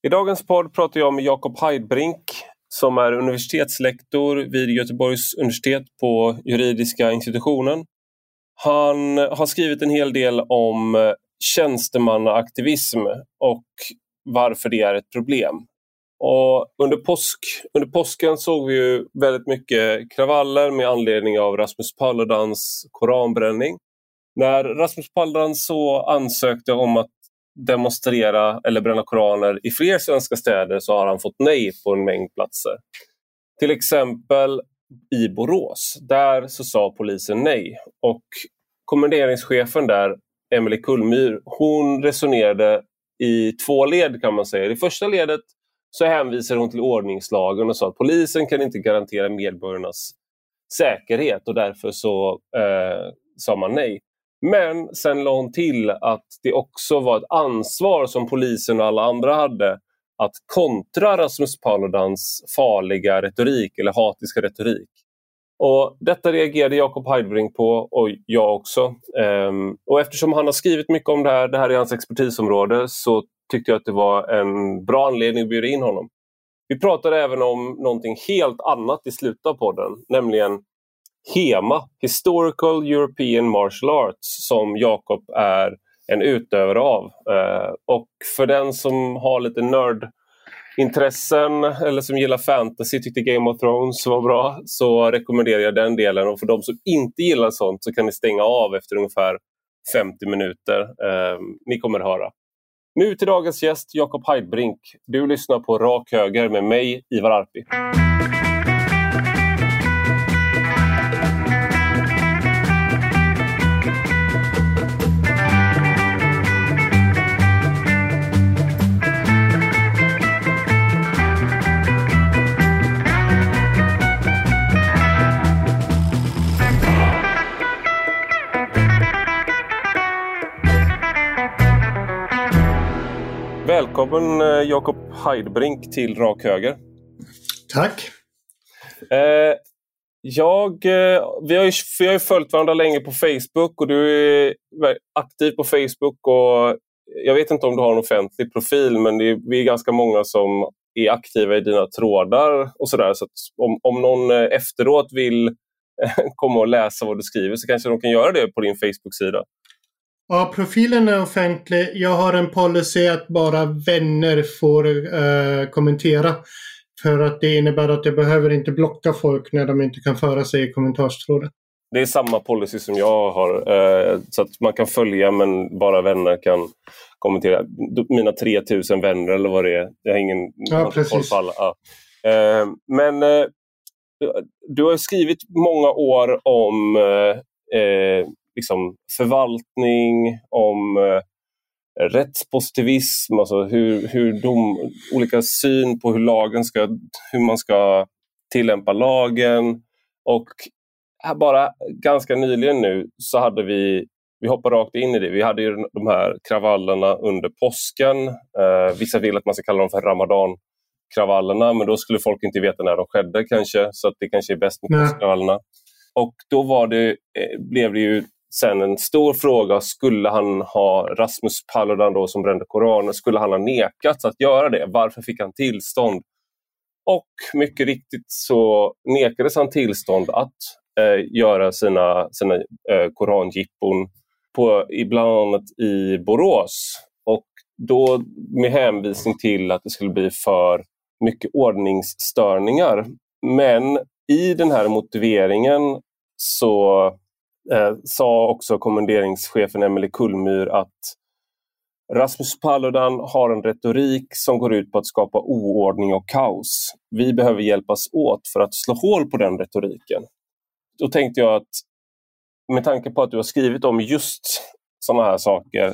I dagens podd pratar jag med Jakob Heidbrink som är universitetslektor vid Göteborgs universitet på juridiska institutionen. Han har skrivit en hel del om tjänstemannaaktivism och varför det är ett problem. Och under påsken såg vi ju väldigt mycket kravaller med anledning av Rasmus Paludans koranbränning. När Rasmus Paludan så ansökte om att demonstrera eller bränna koraner i fler svenska städer så har han fått nej på en mängd platser. Till exempel i Borås. Där så sa polisen nej. Och kommenderingschefen där, Emelie Kullmyr, hon resonerade i två led kan man säga. I det första ledet så hänvisar hon till ordningslagen och sa att polisen kan inte garantera medborgarnas säkerhet och därför så sa man nej. Men sen la hon till att det också var ett ansvar som polisen och alla andra hade att kontra Rasmus Paludans farliga retorik eller hatiska retorik. Och detta reagerade Jakob Heidbrink på och jag också. Och eftersom han har skrivit mycket om det här är hans expertisområde, så tyckte jag att det var en bra anledning att bjuda in honom. Vi pratade även om någonting helt annat i slutet av podden, nämligen HEMA, Historical European Martial Arts, som Jakob är en utövare av. Och för den som har lite nördintressen eller som gillar fantasy, tyckte Game of Thrones var bra, så rekommenderar jag den delen. Och för de som inte gillar sånt så kan ni stänga av efter ungefär 50 minuter. Ni kommer att höra. Nu till dagens gäst, Jakob Heidbrink. Du lyssnar på Rak Höger med mig, Ivar Arpi. Välkommen Jakob Heidbrink till Rak Höger. Tack. Vi har ju följt varandra länge på Facebook och du är aktiv på Facebook och jag vet inte om du har en offentlig profil, men vi är ganska många som är aktiva i dina trådar och sådär, så att om någon efteråt vill komma och läsa vad du skriver så kanske de kan göra det på din Facebook-sida. Ja, profilen är offentlig. Jag har en policy att bara vänner får kommentera. För att det innebär att jag behöver inte blocka folk när de inte kan föra sig i kommentarstråden. Det är samma policy som jag har. Så att man kan följa men bara vänner kan kommentera. Mina 3000 vänner eller vad det är. Jag har ingen koll på alla. Ja. Men du har skrivit många år om liksom förvaltning, om rättspositivism, alltså hur olika syn på hur man ska tillämpa lagen. Och här bara ganska nyligen nu så hade vi hoppade rakt in i det. Vi hade ju de här kravallerna under påsken. Vissa vill att man ska kalla dem för Ramadan-kravallerna, men då skulle folk inte veta när de skedde kanske, så att det kanske är bäst med påskkravallerna. Och då blev det ju sen en stor fråga, skulle han ha, Rasmus Paludan då som brände Koranen, skulle han ha nekats att göra det? Varför fick han tillstånd? Och mycket riktigt så nekades han tillstånd att göra sina koranjippon bland annat i Borås. Och då med hänvisning till att det skulle bli för mycket ordningsstörningar. Men i den här motiveringen så sa också kommenderingschefen Emelie Kullmyr att Rasmus Paludan har en retorik som går ut på att skapa oordning och kaos. Vi behöver hjälpas åt för att slå hål på den retoriken. Då tänkte jag att med tanke på att du har skrivit om just sådana här saker,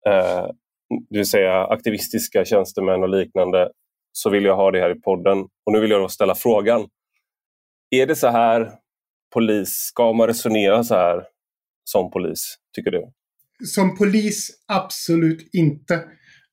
det vill säga aktivistiska tjänstemän och liknande, så vill jag ha det här i podden. Och nu vill jag då ställa frågan. Är det så här ska man resonera så här som polis, tycker du? Som polis, absolut inte.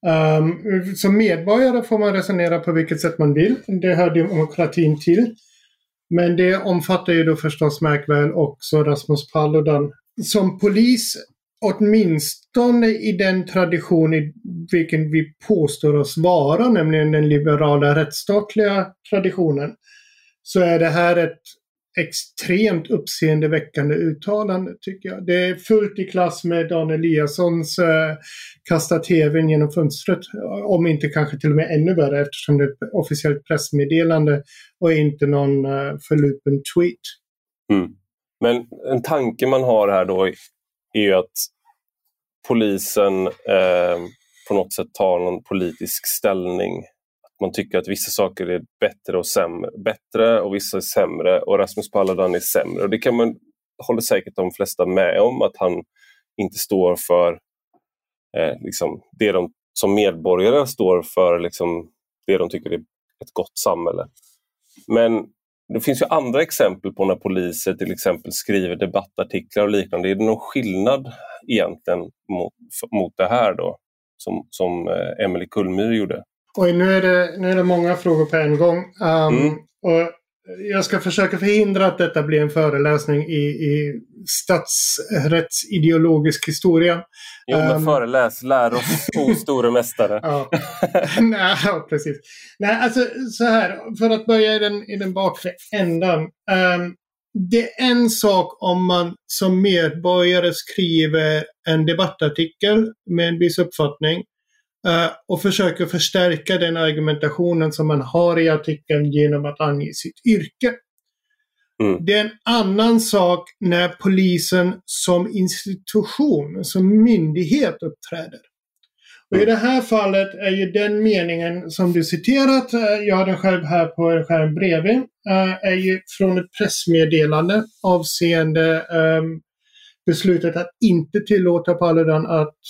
Som medborgare får man resonera på vilket sätt man vill. Det hör demokratin till. Men det omfattar ju då förstås märkväl också Rasmus Paludan. Som polis åtminstone i den tradition i vilken vi påstår oss vara, nämligen den liberala rättsstatliga traditionen, så är det här ett extremt uppseendeväckande uttalande, tycker jag. Det är fullt i klass med Dan Eliassons kasta tvn genom fönstret, om inte kanske till och med ännu värre, eftersom det är ett officiellt pressmeddelande och inte någon förlupen tweet. Mm. Men en tanke man har här då är ju att polisen på något sätt tar någon politisk ställning. Att man tycker att vissa saker är bättre och vissa är sämre, och Rasmus Paludan är sämre. Och det kan man hålla säkert de flesta med om, att han inte står för liksom det de som medborgare står för, liksom det de tycker är ett gott samhälle. Men det finns ju andra exempel på när poliser till exempel skriver debattartiklar och liknande. Är det någon skillnad egentligen mot det här då, som Emily Kullmyr gjorde? Och nu är det många frågor på en gång. Och jag ska försöka förhindra att detta blir en föreläsning i statsrättsideologisk historia. Jo, men lär oss, store mästare. Ja. Nej, precis. Nej, alltså så här, för att börja i den bakre ändan. Det är en sak om man som medborgare skriver en debattartikel med en viss uppfattning och försöker förstärka den argumentationen som man har i artikeln genom att ange sitt yrke. Mm. Det är en annan sak när polisen som institution, som myndighet uppträder. Och i det här fallet är ju den meningen som du citerat, jag har den själv här på en skärm bredvid, är ju från ett pressmeddelande avseende beslutet att inte tillåta Paludan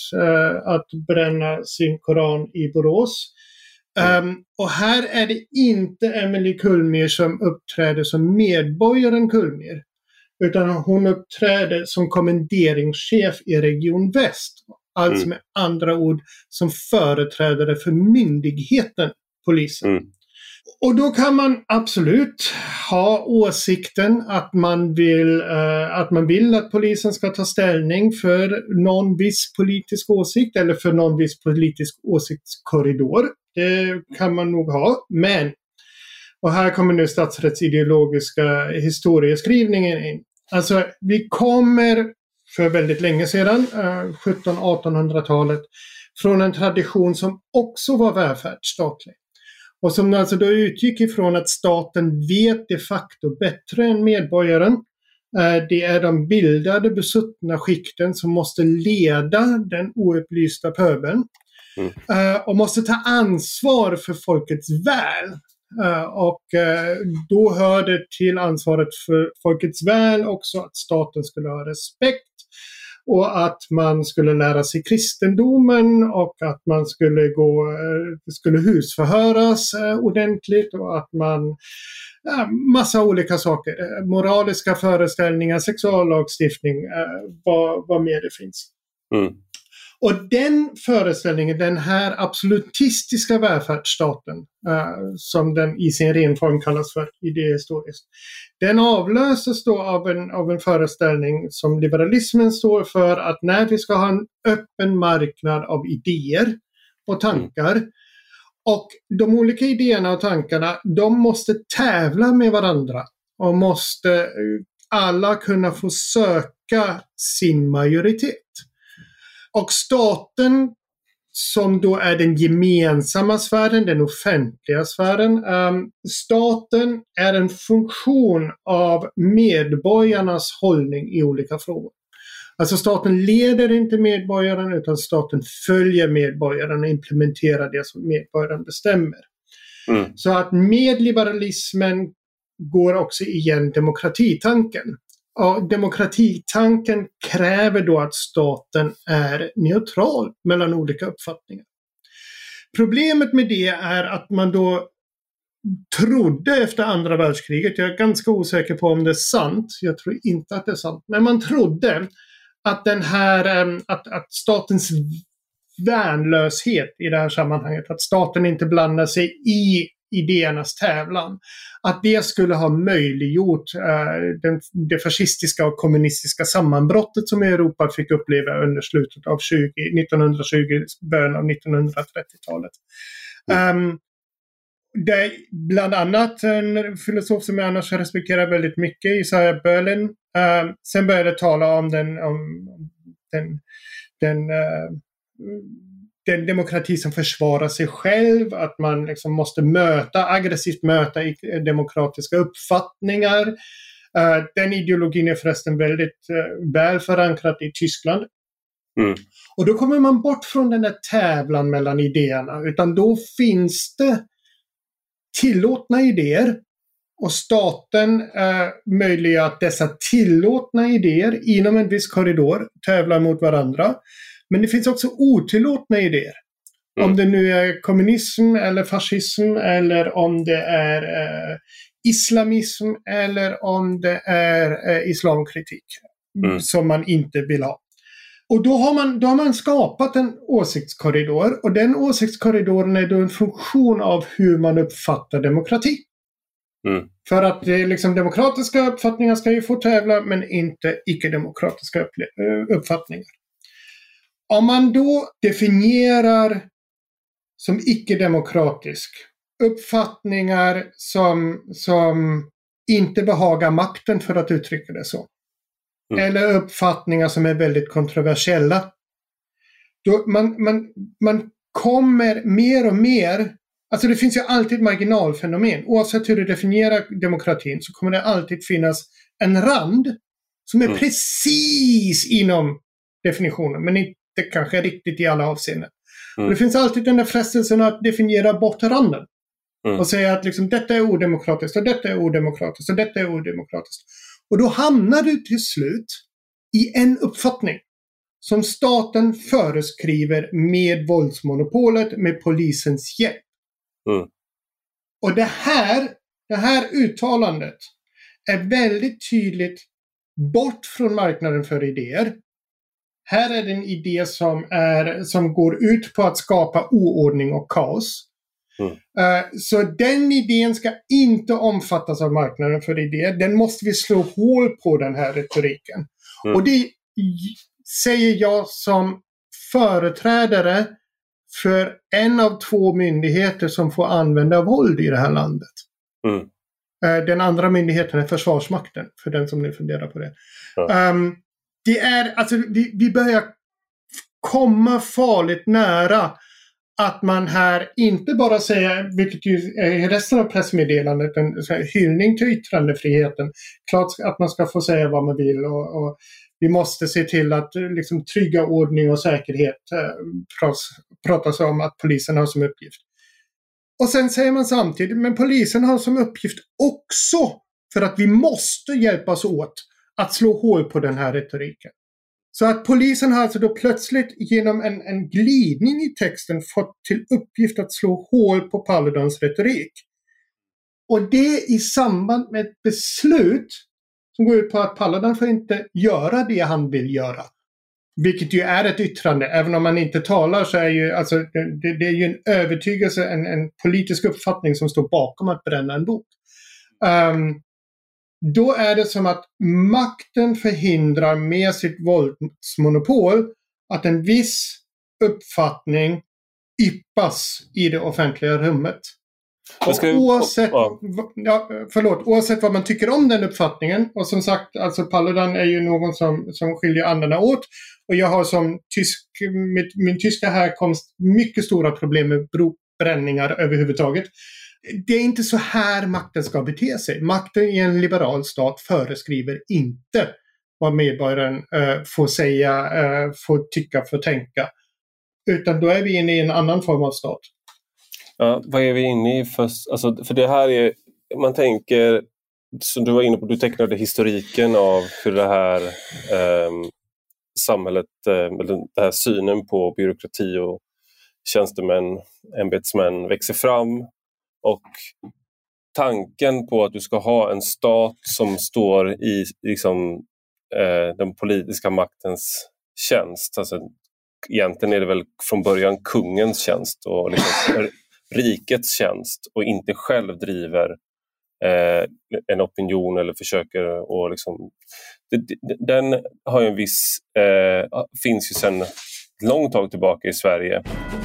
att bränna sin koran i Borås. Och här är det inte Emily Kullmyr som uppträder som medborgaren Kullmyr, utan hon uppträder som kommenderingschef i Region Väst. Alltså med andra ord som företrädare för myndigheten, polisen. Mm. Och då kan man absolut ha åsikten att man vill att polisen ska ta ställning för någon viss politisk åsikt eller för någon viss politisk åsiktskorridor. Det kan man nog ha. Men, och här kommer nu statsrättsideologiska historieskrivningen in. Alltså vi kommer för väldigt länge sedan, 1700-1800-talet, från en tradition som också var välfärdsstatlig. Och som alltså då utgick ifrån att staten vet de facto bättre än medborgaren. Det är de bildade, besuttna skikten som måste leda den oupplysta pöbeln. Och måste ta ansvar för folkets väl. Och då hör det till ansvaret för folkets väl också att staten skulle ha respekt. Och att man skulle lära sig kristendomen och att man skulle husförhöras ordentligt och att man massa olika saker. Moraliska föreställningar, sexuallagstiftning, vad mer det finns. Mm. Och den föreställningen, den här absolutistiska välfärdsstaten som den i sin renform kallas för idéhistoriskt, den avlöses då av en föreställning som liberalismen står för, att när vi ska ha en öppen marknad av idéer och tankar och de olika idéerna och tankarna, de måste tävla med varandra och måste alla kunna få söka sin majoritet. Och staten, som då är den gemensamma sfären, den offentliga sfären. Staten är en funktion av medborgarnas hållning i olika frågor. Alltså staten leder inte medborgaren, utan staten följer medborgaren och implementerar det som medborgaren bestämmer. Mm. Så att med liberalismen går också igen demokratitanken. Och demokratitanken kräver då att staten är neutral mellan olika uppfattningar. Problemet med det är att man då trodde efter andra världskriget, jag är ganska osäker på om det är sant, jag tror inte att det är sant, men man trodde att den här, att statens värnlöshet i det här sammanhanget, att staten inte blandar sig i idéernas tävlan. Att det skulle ha möjliggjort det fascistiska och kommunistiska sammanbrottet som Europa fick uppleva under slutet av 1920, början av 1930-talet. Det är bland annat en filosof som jag annars respekterar väldigt mycket, Isaiah Berlin. Sen började tala om den demokrati som försvarar sig själv, att man liksom måste aggressivt möta demokratiska uppfattningar. Den ideologin är förresten väldigt väl förankrad i Tyskland. Och då kommer man bort från den där tävlan mellan idéerna, utan då finns det tillåtna idéer och staten möjliggör att dessa tillåtna idéer inom en viss korridor tävlar mot varandra. Men det finns också otillåtna idéer. Om det nu är kommunism eller fascism, eller om det är islamism, eller om det är islamkritik som man inte vill ha. Och då har man skapat en åsiktskorridor, och den åsiktskorridoren är då en funktion av hur man uppfattar demokrati. För att liksom, demokratiska uppfattningar ska ju få tävla, men inte icke-demokratiska uppfattningar. Om man då definierar som icke-demokratisk uppfattningar som inte behagar makten, för att uttrycka det så, eller uppfattningar som är väldigt kontroversiella, då man kommer mer och mer, alltså det finns ju alltid marginalfenomen. Oavsett hur du definierar demokratin så kommer det alltid finnas en rand som är precis inom definitionen, men inte kanske riktigt i alla avseenden. Och det finns alltid den där frestelsen att definiera bort randen. Och säga att liksom, detta är odemokratiskt, och detta är odemokratiskt, och detta är odemokratiskt. Och då hamnar du till slut i en uppfattning som staten föreskriver med våldsmonopolet, med polisens hjälp. Och det här uttalandet är väldigt tydligt bort från marknaden för idéer. Här är det en idé som går ut på att skapa oordning och kaos. Så den idén ska inte omfattas av marknaden för idéer. Den måste vi slå hål på, den här retoriken. Och det säger jag som företrädare för en av 2 myndigheter som får använda våld i det här landet. Den andra myndigheten är Försvarsmakten, för den som nu funderar på det. Det är, alltså, vi börjar komma farligt nära att man här inte bara säger, vilket ju är resten av pressmeddelandet, en hyllning till yttrandefriheten. Klart att man ska få säga vad man vill, och vi måste se till att liksom trygga ordning och säkerhet pratas om att polisen har som uppgift. Och sen säger man samtidigt, men polisen har som uppgift också, för att vi måste hjälpas åt att slå hål på den här retoriken. Så att polisen har alltså då plötsligt genom en glidning i texten fått till uppgift att slå hål på Paludans retorik. Och det i samband med ett beslut som går ut på att Paludan får inte göra det han vill göra. Vilket ju är ett yttrande. Även om man inte talar så är ju alltså, det är ju en övertygelse, en politisk uppfattning som står bakom att bränna en bok. Då är det som att makten förhindrar med sitt våldsmonopol att en viss uppfattning yppas i det offentliga rummet. Oavsett vad man tycker om den uppfattningen, och som sagt, alltså Paludan är ju någon som skiljer andarna åt, och jag har som min tyska härkomst mycket stora problem med brobränningar överhuvudtaget. Det är inte så här makten ska bete sig. Makten i en liberal stat föreskriver inte vad medborgaren får säga, får tycka, får tänka. Utan då är vi inne i en annan form av stat. Ja, vad är vi inne i först? Alltså, för det här är, man tänker, som du var inne på, du tecknade historiken av hur det här samhället, den här synen på byråkrati och tjänstemän, ämbetsmän växer fram. Och tanken på att du ska ha en stat som står i liksom, den politiska maktens tjänst. Alltså, egentligen är det väl från början kungens tjänst och liksom rikets tjänst och inte själv driver en opinion eller försöker och liksom, den har ju en viss finns ju sedan långt tag tillbaka i Sverige.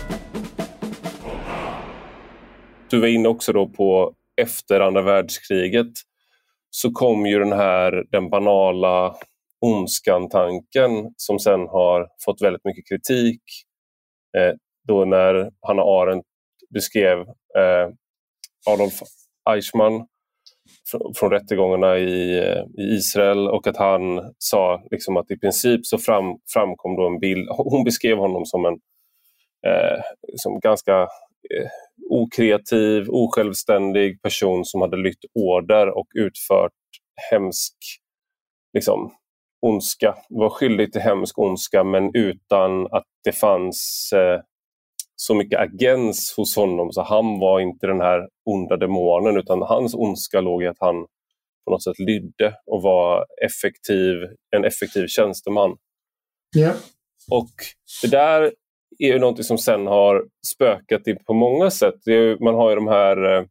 Du var inne också då på efter andra världskriget, så kom ju den banala ondskan-tanken som sen har fått väldigt mycket kritik. Då när Hannah Arendt beskrev Adolf Eichmann från rättegångarna i Israel, och att han sa liksom att i princip så framkom då en bild. Hon beskrev honom som en som ganska okreativ, osjälvständig person som hade lytt order och utfört hemsk liksom ondska, var skyldig till hemsk ondska, men utan att det fanns så mycket agens hos honom, så han var inte den här onda demonen, utan hans ondska låg i att han på något sätt lydde och var en effektiv tjänsteman. Yeah. Och det där är ju något som sen har spökat på många sätt. Man har ju de här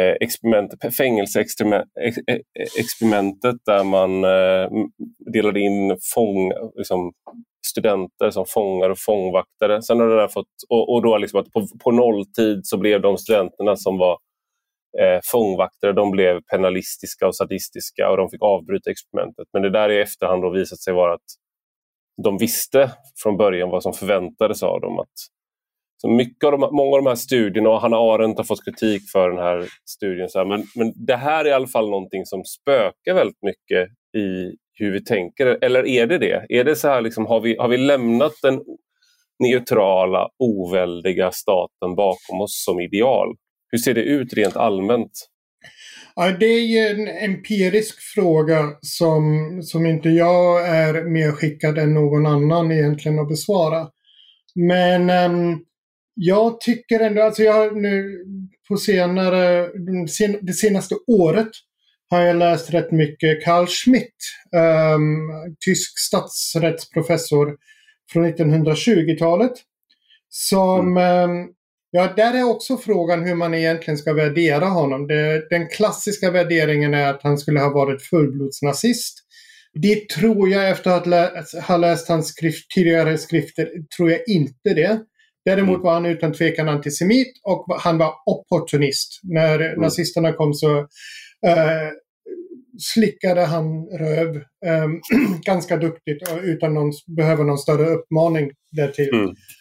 fängelseexperimentet där man delade in studenter som fångar och fångvaktare. Sen har det där fått, och då liksom att på nolltid så blev de studenterna som var fångvaktare, de blev penalistiska och sadistiska och de fick avbryta experimentet. Men det där i efterhand då visat sig vara att de visste från början vad som förväntades av dem. Så många av de här studierna, och Hannah Arendt har fått kritik för den här studien, så här, men det här är i alla fall någonting som spökar väldigt mycket i hur vi tänker. Eller är det det? Är det så här, liksom, har vi lämnat den neutrala, oväldiga staten bakom oss som ideal? Hur ser det ut rent allmänt? Ja, det är ju en empirisk fråga som inte jag är mer skickad än någon annan egentligen att besvara. Men jag tycker ändå, alltså jag har nu på det senaste året har jag läst rätt mycket Carl Schmitt, tysk statsrättsprofessor från 1920-talet. Där är också frågan hur man egentligen ska värdera honom. Den klassiska värderingen är att han skulle ha varit fullblodsnazist. Det tror jag, efter att ha läst hans tidigare skrifter, tror jag inte det. Däremot var han utan tvekan antisemit och han var opportunist. När nazisterna kom så slickade han röv ganska duktigt och utan behöva någon större uppmaning därtill.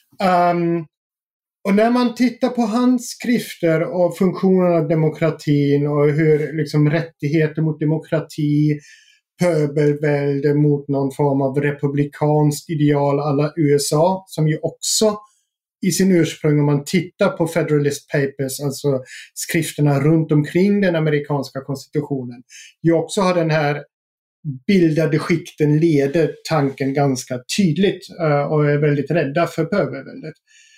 Och när man tittar på hans skrifter och funktionen av demokratin och hur liksom rättigheter mot demokrati, pöbelvälde mot någon form av republikanskt ideal alla USA, som ju också i sin ursprung, om man tittar på Federalist Papers, alltså skrifterna runt omkring den amerikanska konstitutionen, ju också har den här bildade skikten leder tanken ganska tydligt och är väldigt rädda för pöbelväldet.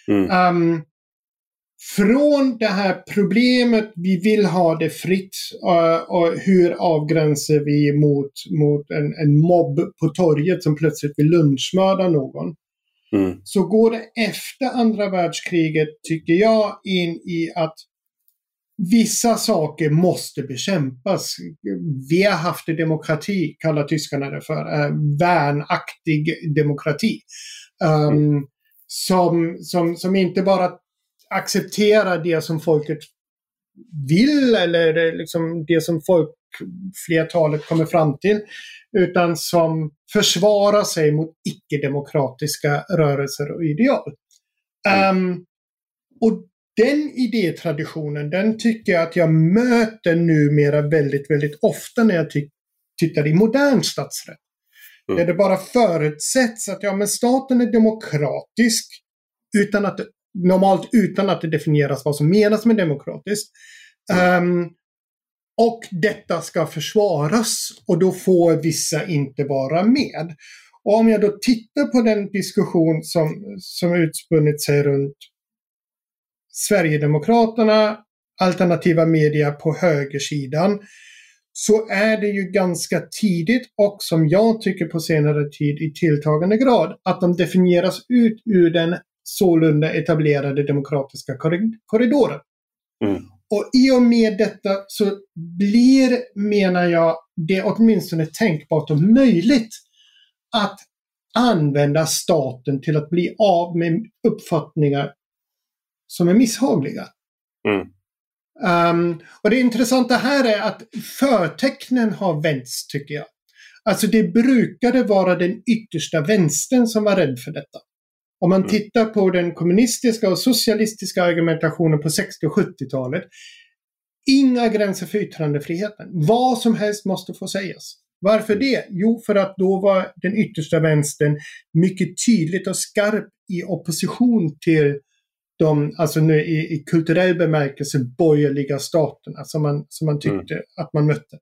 Från det här problemet, vi vill ha det fritt, och hur avgränsar vi mot en mobb på torget som plötsligt vill lunchmörda någon, så går det efter andra världskriget, tycker jag, in i att vissa saker måste bekämpas. Vi har haft demokrati, kallar tyskarna det för, värnaktig demokrati. Som inte bara accepterar det som folket vill eller liksom det som flertalet kommer fram till, utan som försvarar sig mot icke-demokratiska rörelser och ideal. Och den idétraditionen, den tycker jag att jag möter numera väldigt, väldigt ofta när jag tittar i modern statsrätt. Där det bara förutsätts att men staten är demokratisk normalt utan att det definieras vad som menas med demokratiskt. Och detta ska försvaras, och då får vissa inte vara med. Och om jag då tittar på den diskussion som utspunnit sig runt Sverigedemokraterna, alternativa media på högersidan, så är det ju ganska tidigt, och som jag tycker på senare tid i tilltagande grad, att de definieras ut ur den sålunda etablerade demokratiska korridoren. Och i och med detta så blir, menar jag, det åtminstone tänkbart och möjligt att använda staten till att bli av med uppfattningar som är misshagliga. Och det intressanta här är att förtecknen har vänts, tycker jag. Alltså det brukade vara den yttersta vänstern som var rädd för detta. Om man tittar på den kommunistiska och socialistiska argumentationen på 60- och 70-talet, inga gränser för yttrandefriheten. Vad som helst måste få sägas. Varför det? Jo, för att då var den yttersta vänstern mycket tydligt och skarp i opposition till de, alltså nu i kulturell bemärkelse, borgerliga staterna som man tyckte att man mötte.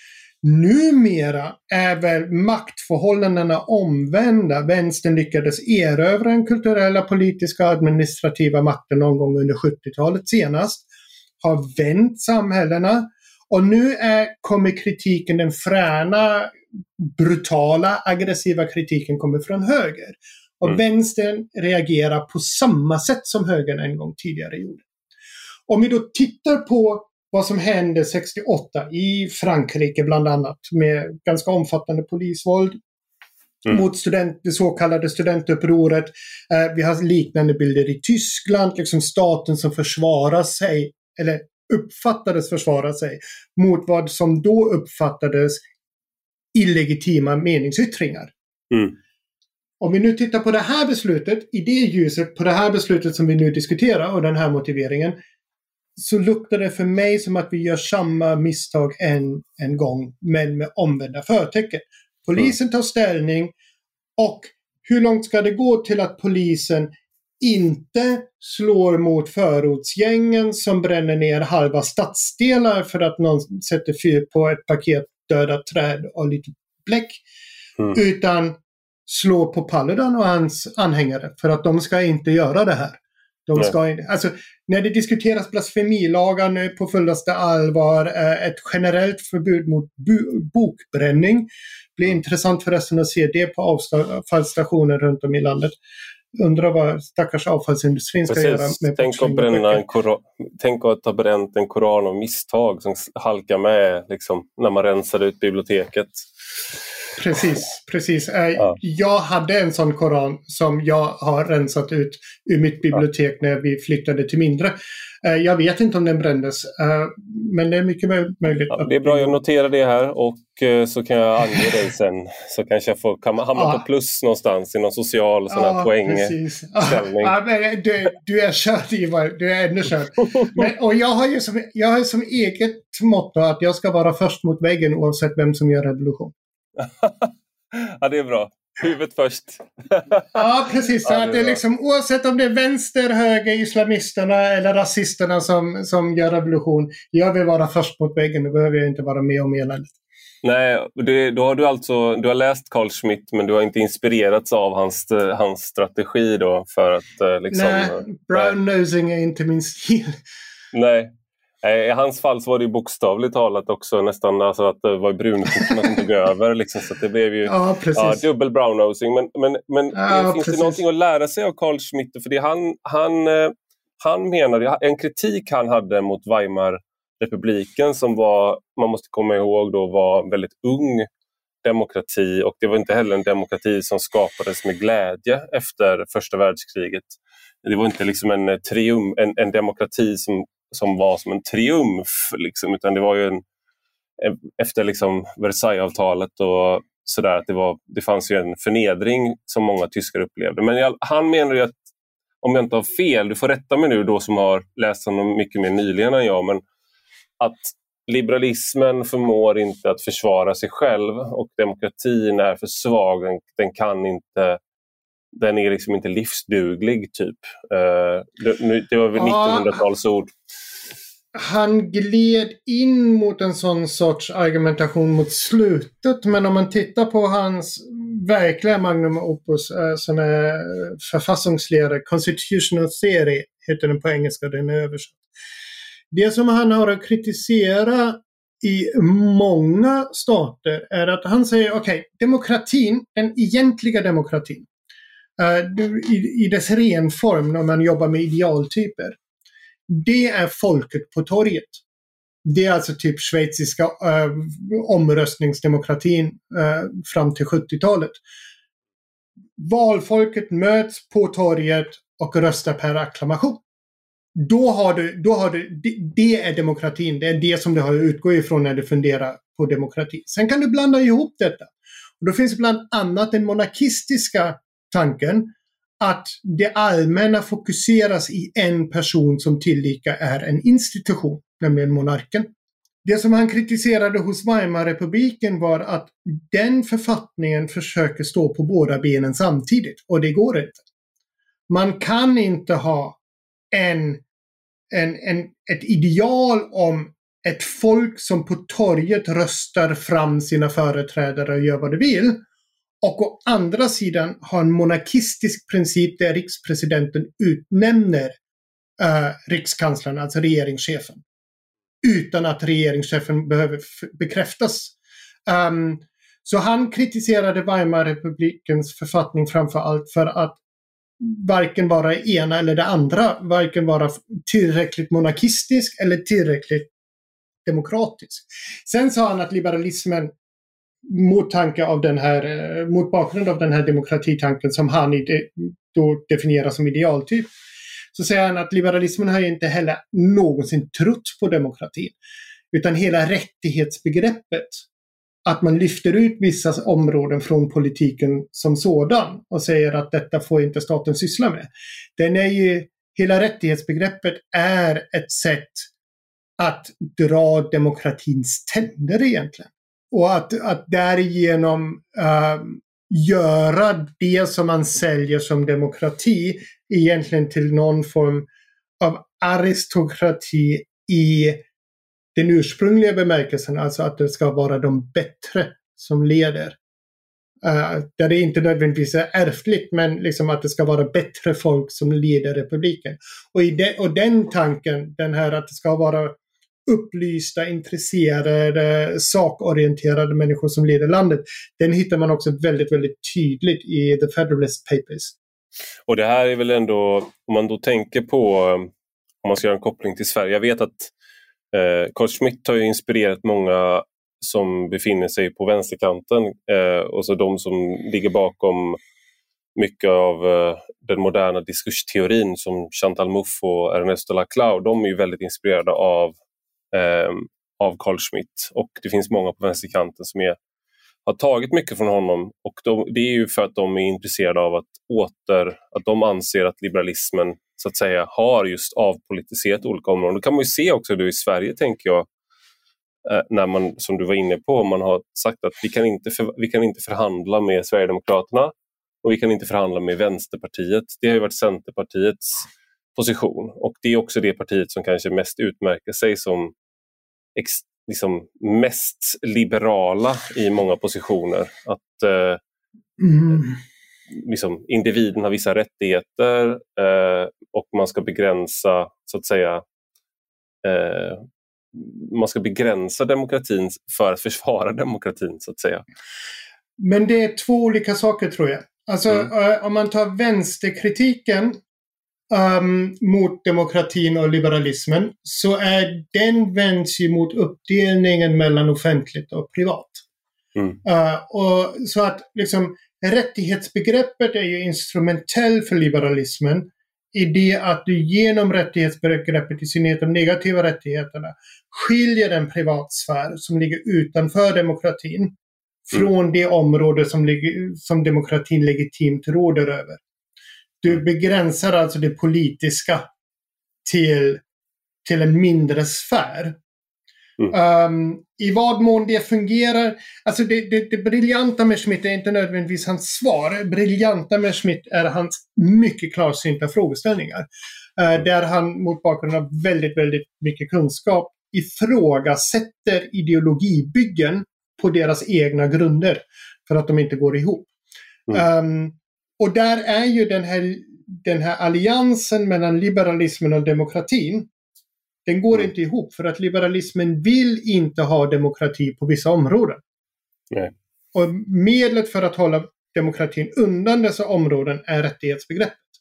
Numera är väl maktförhållandena omvända. Vänstern lyckades erövra den kulturella, politiska och administrativa makten någon gång under 70-talet senast. Har vänt samhällena. Och nu kommer kritiken, den fräna, brutala, aggressiva kritiken kommer från höger. Och vänstern reagerar på samma sätt som högern en gång tidigare gjorde. Om vi då tittar på vad som hände 68 i Frankrike bland annat med ganska omfattande polisvåld mot det så kallade studentupproret. Vi har liknande bilder i Tyskland, liksom staten som försvarar sig eller uppfattades försvara sig mot vad som då uppfattades illegitima meningsyttringar. Om vi nu tittar på det här beslutet, i det ljuset, på det här beslutet som vi nu diskuterar och den här motiveringen, så luktar det för mig som att vi gör samma misstag en gång, men med omvända förtecken. Polisen tar ställning, och hur långt ska det gå till att polisen inte slår mot förortsgängen som bränner ner halva stadsdelar för att någon sätter fyr på ett paket döda träd och lite bläck, utan slår på Paludan och hans anhängare för att de ska inte göra det här. De ska inte, alltså, när det diskuteras blasfemilagar nu på fullaste allvar, ett generellt förbud mot bokbränning, blir intressant förresten att se det på avfallsstationer runt om i landet. Undrar vad stackars avfallsindustrin ska göra med tänk att ha bränt en koran av misstag som halkar med liksom, när man rensade ut biblioteket. Precis. Jag hade en sån koran som jag har rensat ut ur mitt bibliotek när vi flyttade till mindre. Jag vet inte om den brändes, men det är mycket möjligt. Ja, det är bra, jag noterar det här och så kan jag ange dig sen. Så kanske jag kan hamna på plus någonstans i någon social poängställning. Du är körd, Ivar. Du är ännu körd. Och jag har som eget motto att jag ska vara först mot väggen oavsett vem som gör revolution. Ja, det är bra. Huvudet först. Ja, precis. Så att det är liksom, oavsett om det är vänster, höger, islamisterna eller rasisterna som gör revolution, jag vill vara först mot väggen, då behöver jag inte vara med om eländet. Nej, då har du har läst Carl Schmitt, men du har inte inspirerats av hans strategi då för att liksom... Nej, brown-nosing är inte min stil. Nej. I hans fall så var det ju bokstavligt talat också nästan alltså att det var brunskjortorna som tog över. Liksom, så det blev ju dubbel brown-nosing. Men finns det någonting att lära sig av Carl Schmitt? För det han menade, en kritik han hade mot Weimar-republiken som var, man måste komma ihåg då, var väldigt ung demokrati. Och det var inte heller en demokrati som skapades med glädje efter första världskriget. Det var inte liksom en demokrati som var som en triumf liksom, utan det var ju efter liksom Versailles-avtalet och sådär, att det fanns ju en förnedring som många tyskar upplevde. Men han menar ju att, om jag inte har fel, du får rätta mig nu då som har läst honom mycket mer nyligen än jag, men att liberalismen förmår inte att försvara sig själv och demokratin är för svag, den kan inte, den är liksom inte livsduglig typ. Det var väl 1900-talsord. Han gled in mot en sån sorts argumentation mot slutet, men om man tittar på hans verkliga magnum opus som är författningslära, Constitutional Theory heter den på engelska, den är översatt. Det som han har att kritisera i många stater är att han säger demokratin, den egentliga demokratin, i dess ren form när man jobbar med idealtyper, Det är folket på torget. Det är alltså typ schweiziska omröstningsdemokratin fram till 70-talet. Valfolket möts på torget och röstar per acklamation. Då har du, det är demokratin. Det är det som du har utgått ifrån när du funderar på demokrati. Sen kan du blanda ihop detta. Och då finns bland annat den monarkistiska tanken att det allmänna fokuseras i en person som tillika är en institution, nämligen monarken. Det som han kritiserade hos Weimarrepubliken var att den författningen försöker stå på båda benen samtidigt, och det går inte. Man kan inte ha ett ideal om ett folk som på torget röstar fram sina företrädare och gör vad de vill, och å andra sidan ha en monarkistisk princip där rikspresidenten utnämner rikskanslern, alltså regeringschefen, utan att regeringschefen behöver bekräftas. Så han kritiserade Weimarrepublikens författning framför allt för att varken vara ena eller det andra, varken vara tillräckligt monarkistisk eller tillräckligt demokratisk. Sen sa han att liberalismen mot bakgrund av den här demokratitanken som han då definierar som idealtyp, så säger han att liberalismen har ju inte heller någonsin trott på demokratin, utan hela rättighetsbegreppet, att man lyfter ut vissa områden från politiken som sådan och säger att detta får inte staten syssla med. Hela rättighetsbegreppet är ett sätt att dra demokratins tänder egentligen. Och att därigenom göra det som man säljer som demokrati egentligen till någon form av aristokrati i den ursprungliga bemärkelsen, alltså att det ska vara de bättre som leder. Där det inte nödvändigtvis är ärftligt, men liksom att det ska vara bättre folk som leder republiken. Och den tanken, den här att det ska vara upplysta, intresserade, sakorienterade människor som leder landet, den hittar man också väldigt, väldigt tydligt i The Federalist Papers. Och det här är väl ändå, om man då tänker på, om man ska göra en koppling till Sverige, jag vet att Carl Schmitt har ju inspirerat många som befinner sig på vänsterkanten, och så de som ligger bakom mycket av den moderna diskursteorin som Chantal Mouffe och Ernesto Laclau. De är ju väldigt inspirerade av Carl Schmitt, och det finns många på vänsterkanten som har tagit mycket från honom, och det är ju för att de är intresserade av att de anser att liberalismen så att säga har just avpolitiserat olika områden. Då kan man ju se också i Sverige, tänker jag, när man, som du var inne på, man har sagt att vi kan inte förhandla med Sverigedemokraterna och vi kan inte förhandla med Vänsterpartiet. Det har ju varit Centerpartiets position, och det är också det partiet som kanske mest utmärker sig som liksom mest liberala i många positioner. Att liksom, individen har vissa rättigheter, och man ska begränsa, så att säga, man ska begränsa demokratin för att försvara demokratin, så att säga. Men det är två olika saker, tror jag. Alltså om man tar vänsterkritiken mot demokratin och liberalismen, så är den vänds ju mot uppdelningen mellan offentligt och privat. Och så att liksom rättighetsbegreppet är ju instrumentell för liberalismen i det att du genom rättighetsbegreppet, i synnerhet de negativa rättigheterna, skiljer den privatsfär som ligger utanför demokratin från det område som demokratin legitimt råder över. Du begränsar alltså det politiska till en mindre sfär. I vad mån det fungerar, alltså det briljanta med Schmitt är inte nödvändigtvis hans svar. Briljanta med Schmitt är hans mycket klarsynta frågeställningar. Där han mot bakgrund av väldigt, väldigt mycket kunskap ifrågasätter ideologibyggen på deras egna grunder för att de inte går ihop. Och där är ju den här alliansen mellan liberalismen och demokratin, den går inte ihop, för att liberalismen vill inte ha demokrati på vissa områden. Nej. Och medlet för att hålla demokratin undan dessa områden är rättighetsbegreppet.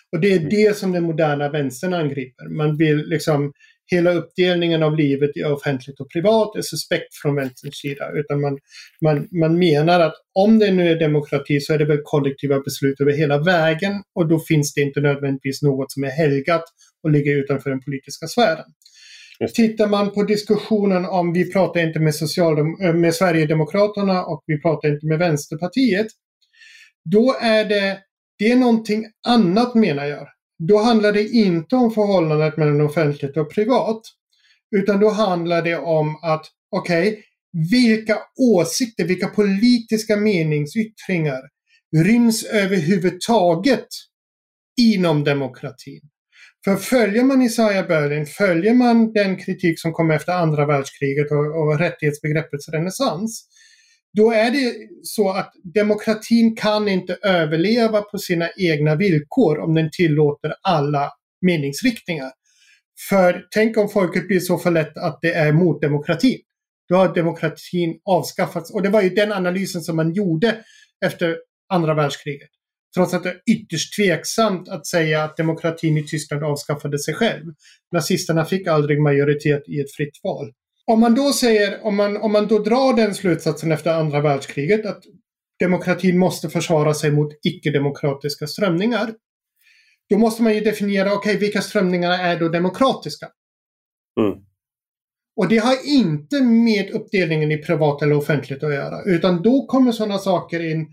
Och det är det som den moderna vänstern angriper. Man vill liksom, hela uppdelningen av livet i offentligt och privat är suspekt från vänsterns sida. Utan man menar att om det nu är demokrati så är det väl kollektiva beslut över hela vägen. Och då finns det inte nödvändigtvis något som är helgat och ligger utanför den politiska sfären. Tittar man på diskussionen om vi pratar inte med Sverigedemokraterna och vi pratar inte med Vänsterpartiet, då är det är någonting annat, menar jag. Då handlar det inte om förhållandet mellan offentligt och privat, utan då handlar det om att vilka åsikter, vilka politiska meningsyttringar ryms överhuvudtaget inom demokratin. För följer man Isaiah Berlin, följer man den kritik som kom efter andra världskriget och rättighetsbegreppets renässans, då är det så att demokratin kan inte överleva på sina egna villkor om den tillåter alla meningsriktningar. För tänk om folket blir så för lätt att det är mot demokratin. Då har demokratin avskaffats. Och det var ju den analysen som man gjorde efter andra världskriget. Trots att det är ytterst tveksamt att säga att demokratin i Tyskland avskaffade sig själv. Nazisterna fick aldrig majoritet i ett fritt val. Om man då säger, om man då drar den slutsatsen efter andra världskriget att demokratin måste försvara sig mot icke-demokratiska strömningar, då måste man ju definiera, vilka strömningar är då demokratiska? Mm. Och det har inte med uppdelningen i privat eller offentligt att göra, utan då kommer sådana saker in,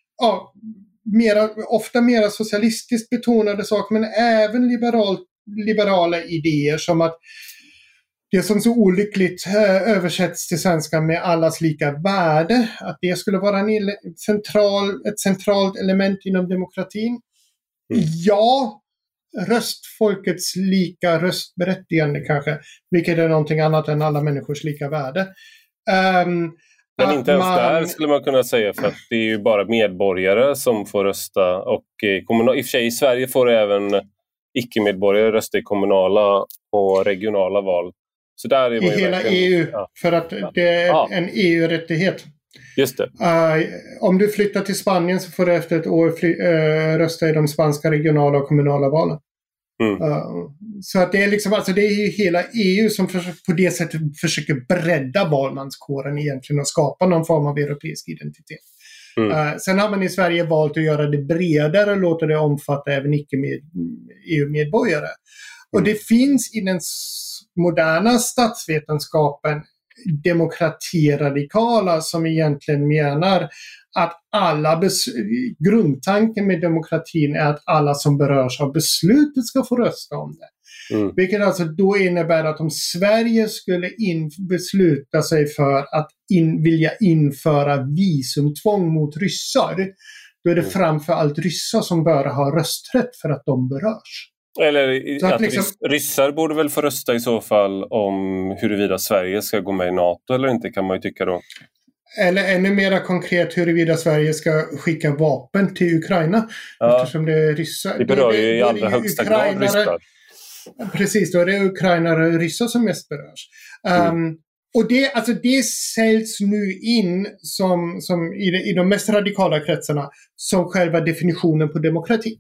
ofta mera socialistiskt betonade saker, men även liberala idéer som att det som så olyckligt översätts till svenska med allas lika värde, att det skulle vara ett centralt element inom demokratin. Mm. Ja, röstfolkets lika röstberättigande kanske, vilket är någonting annat än alla människors lika värde. Men inte ens där skulle man kunna säga, för att det är ju bara medborgare som får rösta, och i och för sig i Sverige får även icke-medborgare rösta i kommunala och regionala val. Så där är i hela EU, för att det är en EU-rättighet. Just det. Om du flyttar till Spanien så får du efter ett år rösta i de spanska regionala och kommunala valen. Mm. Så att det är liksom, alltså det är ju hela EU som på det sättet försöker bredda valmanskåren egentligen och skapa någon form av europeisk identitet. Mm. Sen har man i Sverige valt att göra det bredare och låta det omfatta även icke-EU-medborgare. Och det finns i den moderna statsvetenskapen demokratiradikala som egentligen menar att grundtanken med demokratin är att alla som berörs av beslutet ska få rösta om det. Mm. Vilket alltså då innebär att om Sverige skulle besluta sig för att vilja införa visumtvång mot ryssar, då är det framför allt ryssar som bör ha rösträtt för att de berörs. Eller att liksom, ryssar borde väl få rösta i så fall om huruvida Sverige ska gå med i NATO eller inte, kan man ju tycka då. Eller ännu mer konkret huruvida Sverige ska skicka vapen till Ukraina. Eftersom det är ryssar. Det berör ju i allra högsta grad ryssar. Precis, då är det ukrainare och ryssar som mest berörs. Och det säljs nu in som i de mest radikala kretsarna som själva definitionen på demokrati.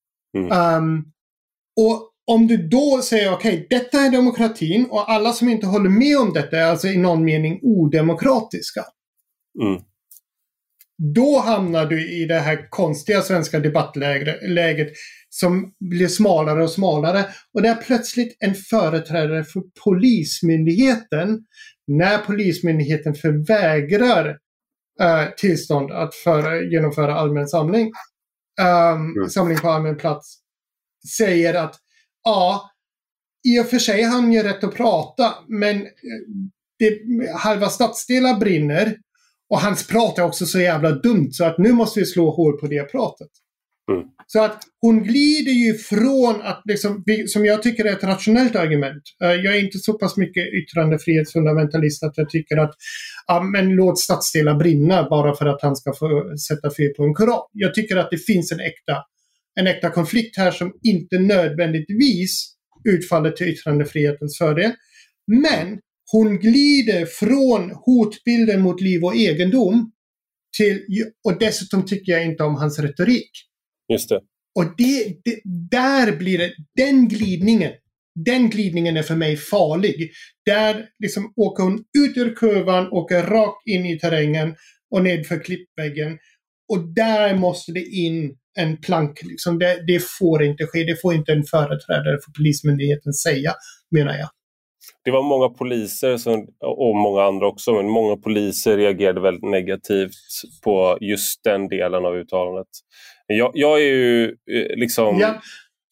Och om du då säger detta är demokratin och alla som inte håller med om detta är alltså i någon mening odemokratiska. Mm. Då hamnar du i det här konstiga svenska debattläget som blir smalare och smalare. Och det är plötsligt en företrädare för polismyndigheten, när polismyndigheten förvägrar tillstånd att genomföra allmän samling, samling på allmän plats, säger att i och för sig har han ju rätt att prata, men halva stadsdelar brinner och hans prat är också så jävla dumt så att nu måste vi slå hål på det pratet. Mm. Så att hon glider ju från att liksom, som jag tycker är ett rationellt argument. Jag är inte så pass mycket yttrandefrihetsfundamentalist att jag tycker att men låt stadsdelar brinna bara för att han ska få sätta fel på en koran. Jag tycker att det finns en äkta konflikt här som inte nödvändigtvis utfaller till yttrandefrihetens fördel. Men hon glider från hotbilden mot liv och egendom till, och dessutom tycker jag inte om hans retorik. Just det. Och där blir det, den glidningen är för mig farlig. Där liksom åker hon ut ur kurvan, åker rakt in i terrängen och nedför klippväggen. Och där måste det in en plank. Liksom. Det får inte ske. Det får inte en företrädare för polismyndigheten säga, menar jag. Det var många poliser och många andra också, men många poliser reagerade väldigt negativt på just den delen av uttalandet. Jag är ju liksom... Ja.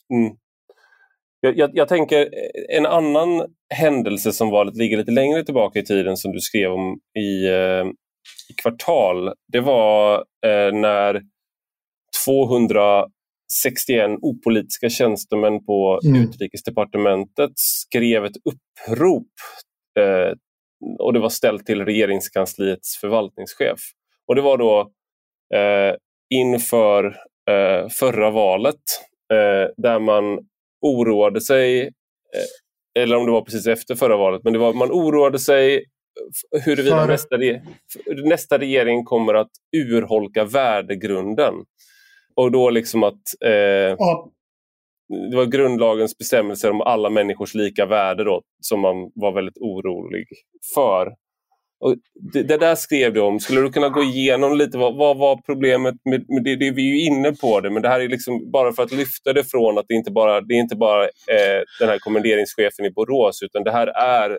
Jag tänker en annan händelse som ligger lite längre tillbaka i tiden som du skrev om i Kvartal. Det var när 261 opolitiska tjänstemän på Utrikesdepartementet skrev ett upprop och det var ställt till regeringskansliets förvaltningschef. Och det var då inför förra valet där man oroade sig, eller om det var precis efter förra valet, men man oroade sig huruvida nästa regering kommer att urholka värdegrunden. Och då liksom att det var grundlagens bestämmelser om alla människors lika värde då, som man var väldigt orolig för. Och det där skrev du om. Skulle du kunna gå igenom lite vad var problemet med det? Vi är ju inne på det, men det här är liksom bara för att lyfta det från att det är inte bara den här kommenderingschefen i Borås, utan det här är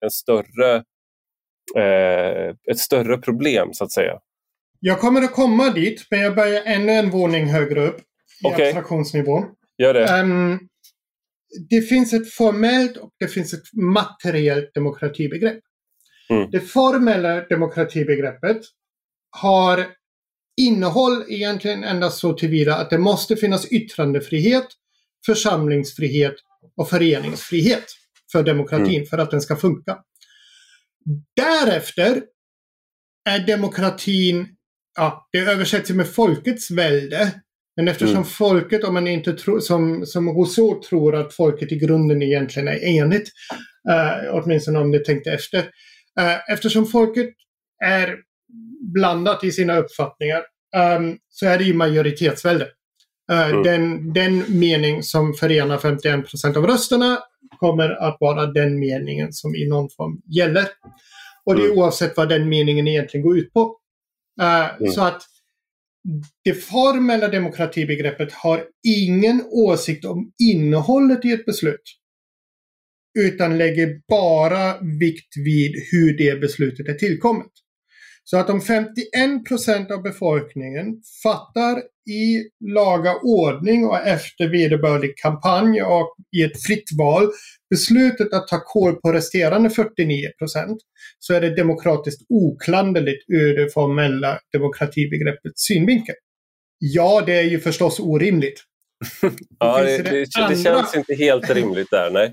ett större problem så att säga. Jag kommer att komma dit, men jag börjar ännu en våning högre upp i abstraktionsnivå. Gör det. Det finns ett formellt och det finns ett materiellt demokratibegrepp. Det formella demokratibegreppet har innehåll egentligen endast så tillvida att det måste finnas yttrandefrihet, församlingsfrihet och föreningsfrihet för demokratin för att den ska funka. Därefter är demokratin, det översätts med folkets välde, men eftersom folket, om man inte tror, som Rousseau tror att folket i grunden egentligen är enigt, åtminstone om det tänkte efter, eftersom folket är blandat i sina uppfattningar, så är det ju majoritetsvälde. Den mening som förenar 51% av rösterna kommer att vara den meningen som i någon form gäller. Och det är oavsett vad den meningen egentligen går ut på. Så att det formella demokratibegreppet har ingen åsikt om innehållet i ett beslut, utan lägger bara vikt vid hur det beslutet är tillkommet. Så att om 51% av befolkningen fattar i laga ordning och efter vederbörlig kampanj och i ett fritt val beslutet att ta kål på resterande 49%, så är det demokratiskt oklanderligt ur det formella demokratibegreppets synvinkel. Ja, det är ju förstås orimligt. Ja, det känns inte helt rimligt där, nej.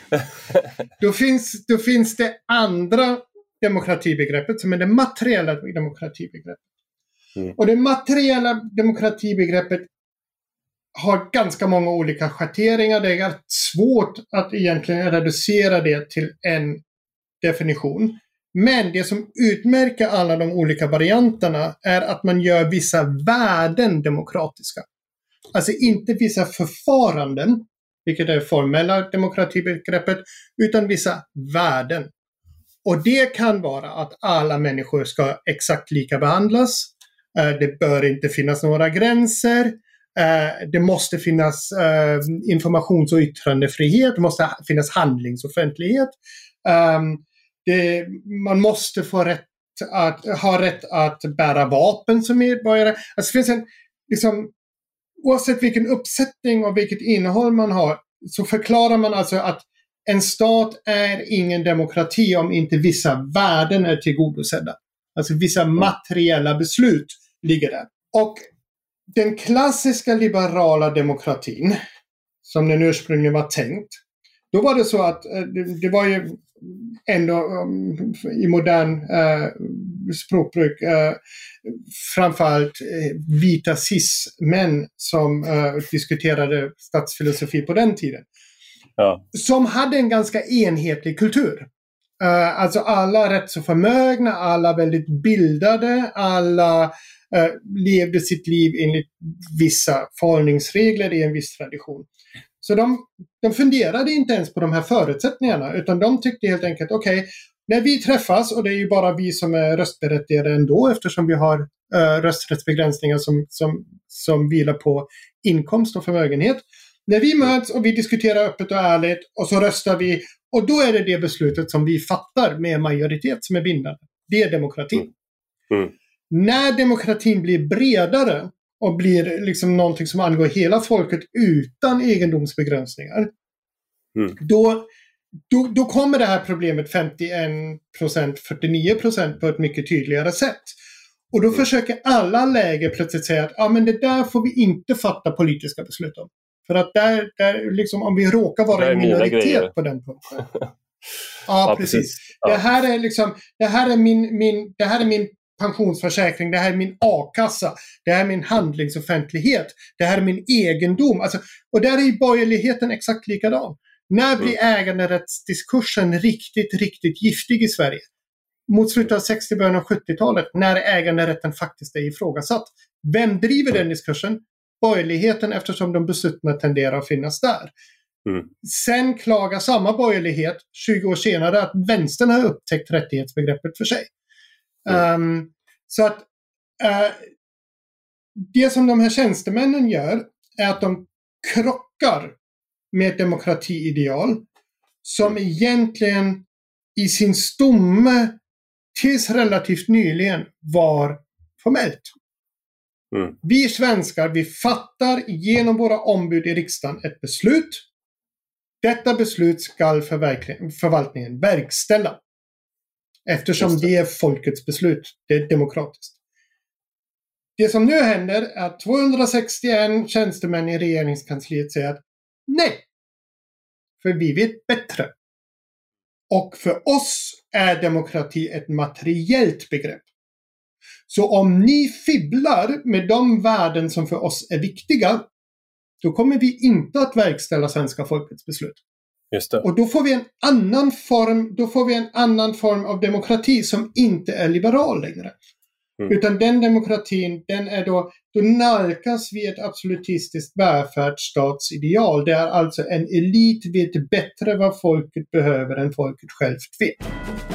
Då finns det andra demokratibegreppet som är det materiella demokratibegreppet. Och det materiella demokratibegreppet har ganska många olika schatteringar. Det är svårt att egentligen reducera det till en definition. Men det som utmärker alla de olika varianterna är att man gör vissa värden demokratiska. Alltså inte vissa förfaranden, vilket är det formella demokratibegreppet, utan vissa värden. Och det kan vara att alla människor ska exakt lika behandlas. Det bör inte finnas några gränser. Det måste finnas informations- och yttrandefrihet. Det måste finnas handlingsoffentlighet. Man måste få ha rätt att bära vapen som medborgare. Alltså det finns oavsett vilken uppsättning och vilket innehåll man har, så förklarar man alltså att en stat är ingen demokrati om inte vissa värden är tillgodosedda. Alltså vissa materiella beslut ligger där. Och den klassiska liberala demokratin, som den ursprungligen var tänkt, då var det så att det var ju ändå i modern språkbruk framförallt vita cis-män som diskuterade statsfilosofi på den tiden. Ja. Som hade en ganska enhetlig kultur. Alltså alla rätt så förmögna, alla väldigt bildade, alla levde sitt liv enligt vissa förhållningsregler i en viss tradition. Så de funderade inte ens på de här förutsättningarna, utan de tyckte helt enkelt okej, när vi träffas, och det är ju bara vi som är röstberättigade ändå eftersom vi har rösträttsbegränsningar som vilar på inkomst och förmögenhet. När vi möts och vi diskuterar öppet och ärligt och så röstar vi, och då är det beslutet som vi fattar med majoritet som är bindande. Det är demokratin. När demokratin blir bredare och blir liksom någonting som angår hela folket utan egendomsbegränsningar, då kommer det här problemet 51%, 49% på ett mycket tydligare sätt. Och då försöker alla läger plötsligt säga att men det där får vi inte fatta politiska beslut om. För att där liksom, om vi råkar vara en minoritet på den punkten. Ja, precis. Ja. Det här är min pensionsförsäkring, det här är min a-kassa, det här är min handlingsoffentlighet, det här är min egendom. Alltså, och där är ju borgerligheten exakt likadan. När blir äganderättsdiskursen riktigt giftig i Sverige? Mot slutet av 60, början av 70-talet, när äganderätten faktiskt är ifrågasatt. Vem driver den diskursen? Borgerligheten, eftersom de besuttna tenderar att finnas där. Sen klagar samma borgerlighet 20 år senare att vänstern har upptäckt rättighetsbegreppet för sig. Så att det som de här tjänstemännen gör är att de krockar med ett demokratiideal som egentligen i sin stomme tills relativt nyligen var formellt. Vi svenskar, vi fattar genom våra ombud i riksdagen ett beslut. Detta beslut ska förvaltningen verkställa. Eftersom det är folkets beslut. Det är demokratiskt. Det som nu händer är att 261 tjänstemän i regeringskansliet säger att nej. För vi vet bättre. Och för oss är demokrati ett materiellt begrepp. Så om ni fibblar med de värden som för oss är viktiga, då kommer vi inte att verkställa svenska folkets beslut. Just det. Och då får vi en annan form av demokrati som inte är liberal längre. Utan den demokratin, den är då nalkas vi ett absolutistiskt välfärdsstatsideal. Det är alltså en elit vet bättre vad folket behöver än folket självt vet.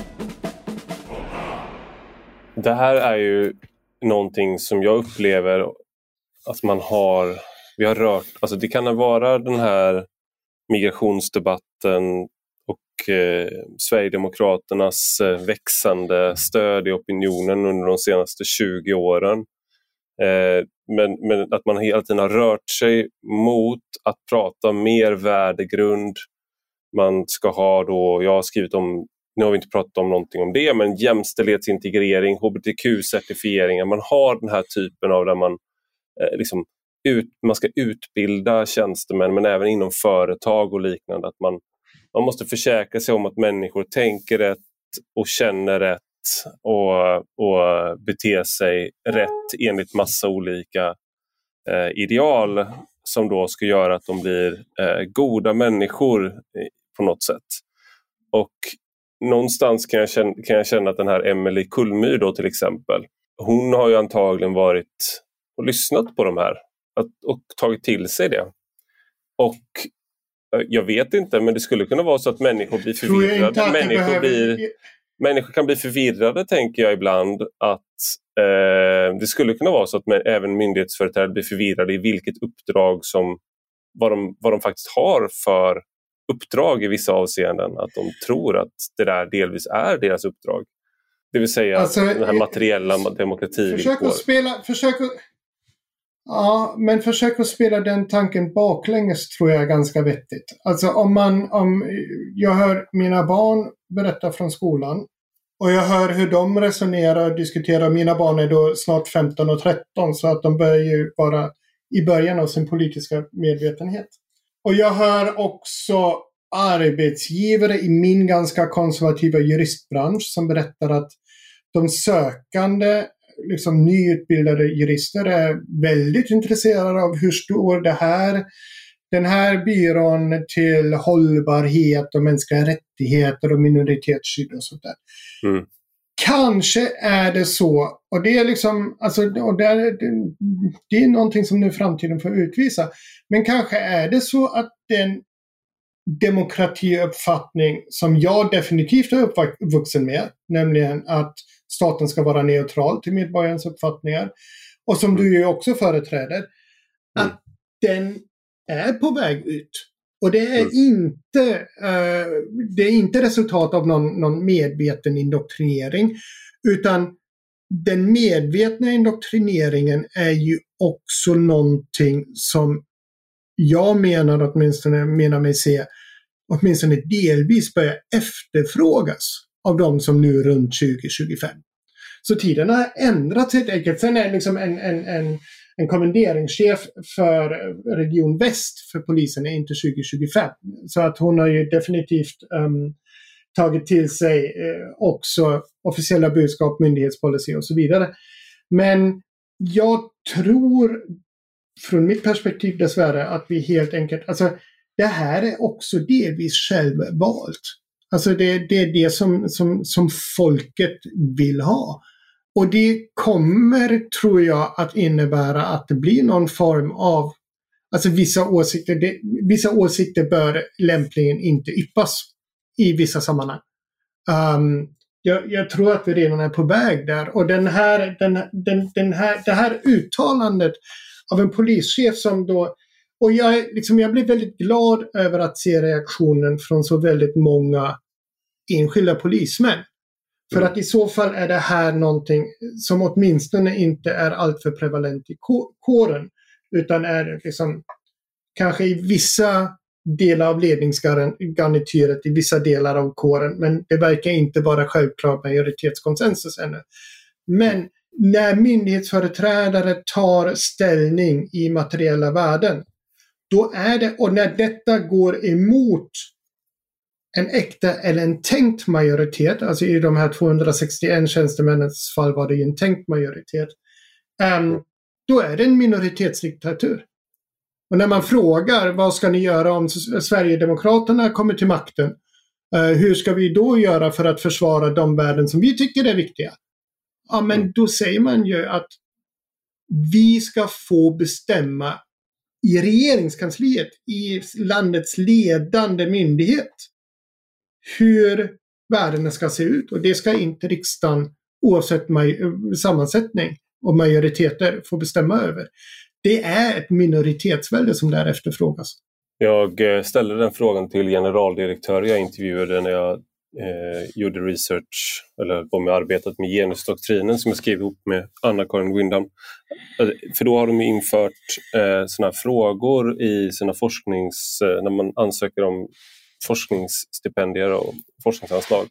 Det här är ju någonting som jag upplever att vi har rört, alltså det kan vara den här migrationsdebatten och Sverigedemokraternas växande stöd i opinionen under de senaste 20 åren. Men att man hela tiden har rört sig mot att prata mer värdegrund. Man ska ha då, jag har skrivit om, nu har vi inte pratat om någonting om det, men jämställdhetsintegrering, hbtq-certifieringar. Man har den här typen av där man man ska utbilda tjänstemän, men även inom företag och liknande. Att man måste försäkra sig om att människor tänker rätt och känner rätt och beter sig rätt enligt massa olika ideal som då ska göra att de blir goda människor på något sätt. Och någonstans kan jag känna att den här Emelie Kullmyr då till exempel, hon har ju antagligen varit och lyssnat på de här och tagit till sig det. Och jag vet inte, men det skulle kunna vara så att människor blir förvirrade. Människor kan bli förvirrade, tänker jag ibland, att det skulle kunna vara så att även myndighetsföreträdare blir förvirrade i vilket uppdrag vad de faktiskt har för uppdrag i vissa avseenden. Att de tror att det där delvis är deras uppdrag. Det vill säga alltså, den här materiella demokratin. Försök att spela den tanken baklänges tror jag är ganska vettigt. Alltså om jag hör mina barn berätta från skolan och jag hör hur de resonerar och diskuterar. Mina barn är då snart 15 och 13 så att de börjar ju vara i början av sin politiska medvetenhet. Och jag hör också arbetsgivare i min ganska konservativa juristbransch som berättar att de sökande, liksom nyutbildade jurister, är väldigt intresserade av hur står det här den här byrån till hållbarhet och mänskliga rättigheter och minoritetsskydd och sånt där. Mm. Kanske är det så, och det är liksom, alltså, och det är någonting som nu framtiden får utvisa, men kanske är det så att den demokratiuppfattning som jag definitivt är uppvuxen med, nämligen att staten ska vara neutral till medborgarens uppfattningar, och som du ju också företräder, att den är på väg ut. Och det är inte resultat av någon medveten indoktrinering, utan den medvetna indoktrineringen är ju också någonting som jag menar mig se åtminstone delvis börja efterfrågas av de som nu är runt 2025. Så tiden har ändrats helt enkelt. Sen är det liksom en kommenderingschef för Region Väst för polisen är inte 2025. Så att hon har ju definitivt tagit till sig också officiella budskap, myndighetspolicy och så vidare. Men jag tror från mitt perspektiv dessvärre att vi helt enkelt, alltså det här är också delvis självvalt. Alltså det är det som folket vill ha. Och det kommer, tror jag, att innebära att det blir någon form av, alltså vissa åsikter bör lämpligen inte yppas i vissa sammanhang. Jag tror att vi redan är på väg där. Och det här uttalandet av en polischef som då, och jag blir väldigt glad över att se reaktionen från så väldigt många enskilda polismän. För att i så fall är det här någonting som åtminstone inte är alltför prevalent i kåren, utan är liksom kanske i vissa delar av ledningsgarnityret, i vissa delar av kåren, men det verkar inte vara självklart majoritetskonsensus ännu. Men när myndighetsföreträdare tar ställning i materiella värden, då är det, och när detta går emot en äkta eller en tänkt majoritet, alltså i de här 261 tjänstemännens fall var det ju en tänkt majoritet, då är det en minoritetsdiktatur. Och när man frågar vad ska ni göra om Sverigedemokraterna kommer till makten, hur ska vi då göra för att försvara de värden som vi tycker är viktiga? Ja, men då säger man ju att vi ska få bestämma i regeringskansliet, i landets ledande myndighet, hur värdena ska se ut. Och det ska inte riksdagen, oavsett sammansättning och majoriteter, få bestämma över. Det är ett minoritetsvälde som där efterfrågas. Jag ställde den frågan till generaldirektör jag intervjuade när jag gjorde research eller var med arbetet med genusdoktrinen som jag skrev ihop med Anna-Karin Windham. För då har de infört såna här frågor i sina när man ansöker om forskningsstipendier och forskningsanslag.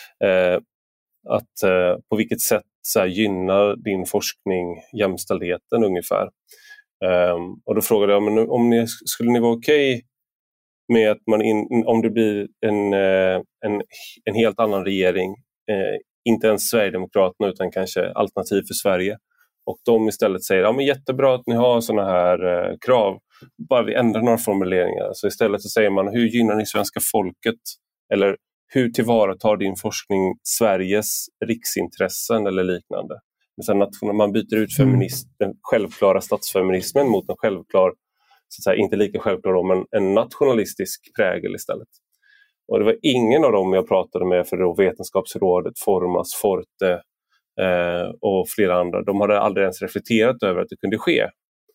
Att på vilket sätt så här, gynnar din forskning jämställdheten ungefär. Och då frågade jag, men skulle ni vara okej med att om det blir en helt annan regering, inte ens Sverigedemokraterna utan kanske Alternativ för Sverige, och de istället säger, ja men jättebra att ni har såna här krav, bara vi ändrar några formuleringar. Så istället så säger man, hur gynnar ni svenska folket? Eller hur tillvaratar din forskning Sveriges riksintressen eller liknande? Men sen att man byter ut den självklara statsfeminismen mot en självklar, så att säga, inte lika självklar då, men en nationalistisk prägel istället. Och det var ingen av dem jag pratade med för då Vetenskapsrådet, Formas, Forte och flera andra. De hade aldrig ens reflekterat över att det kunde ske.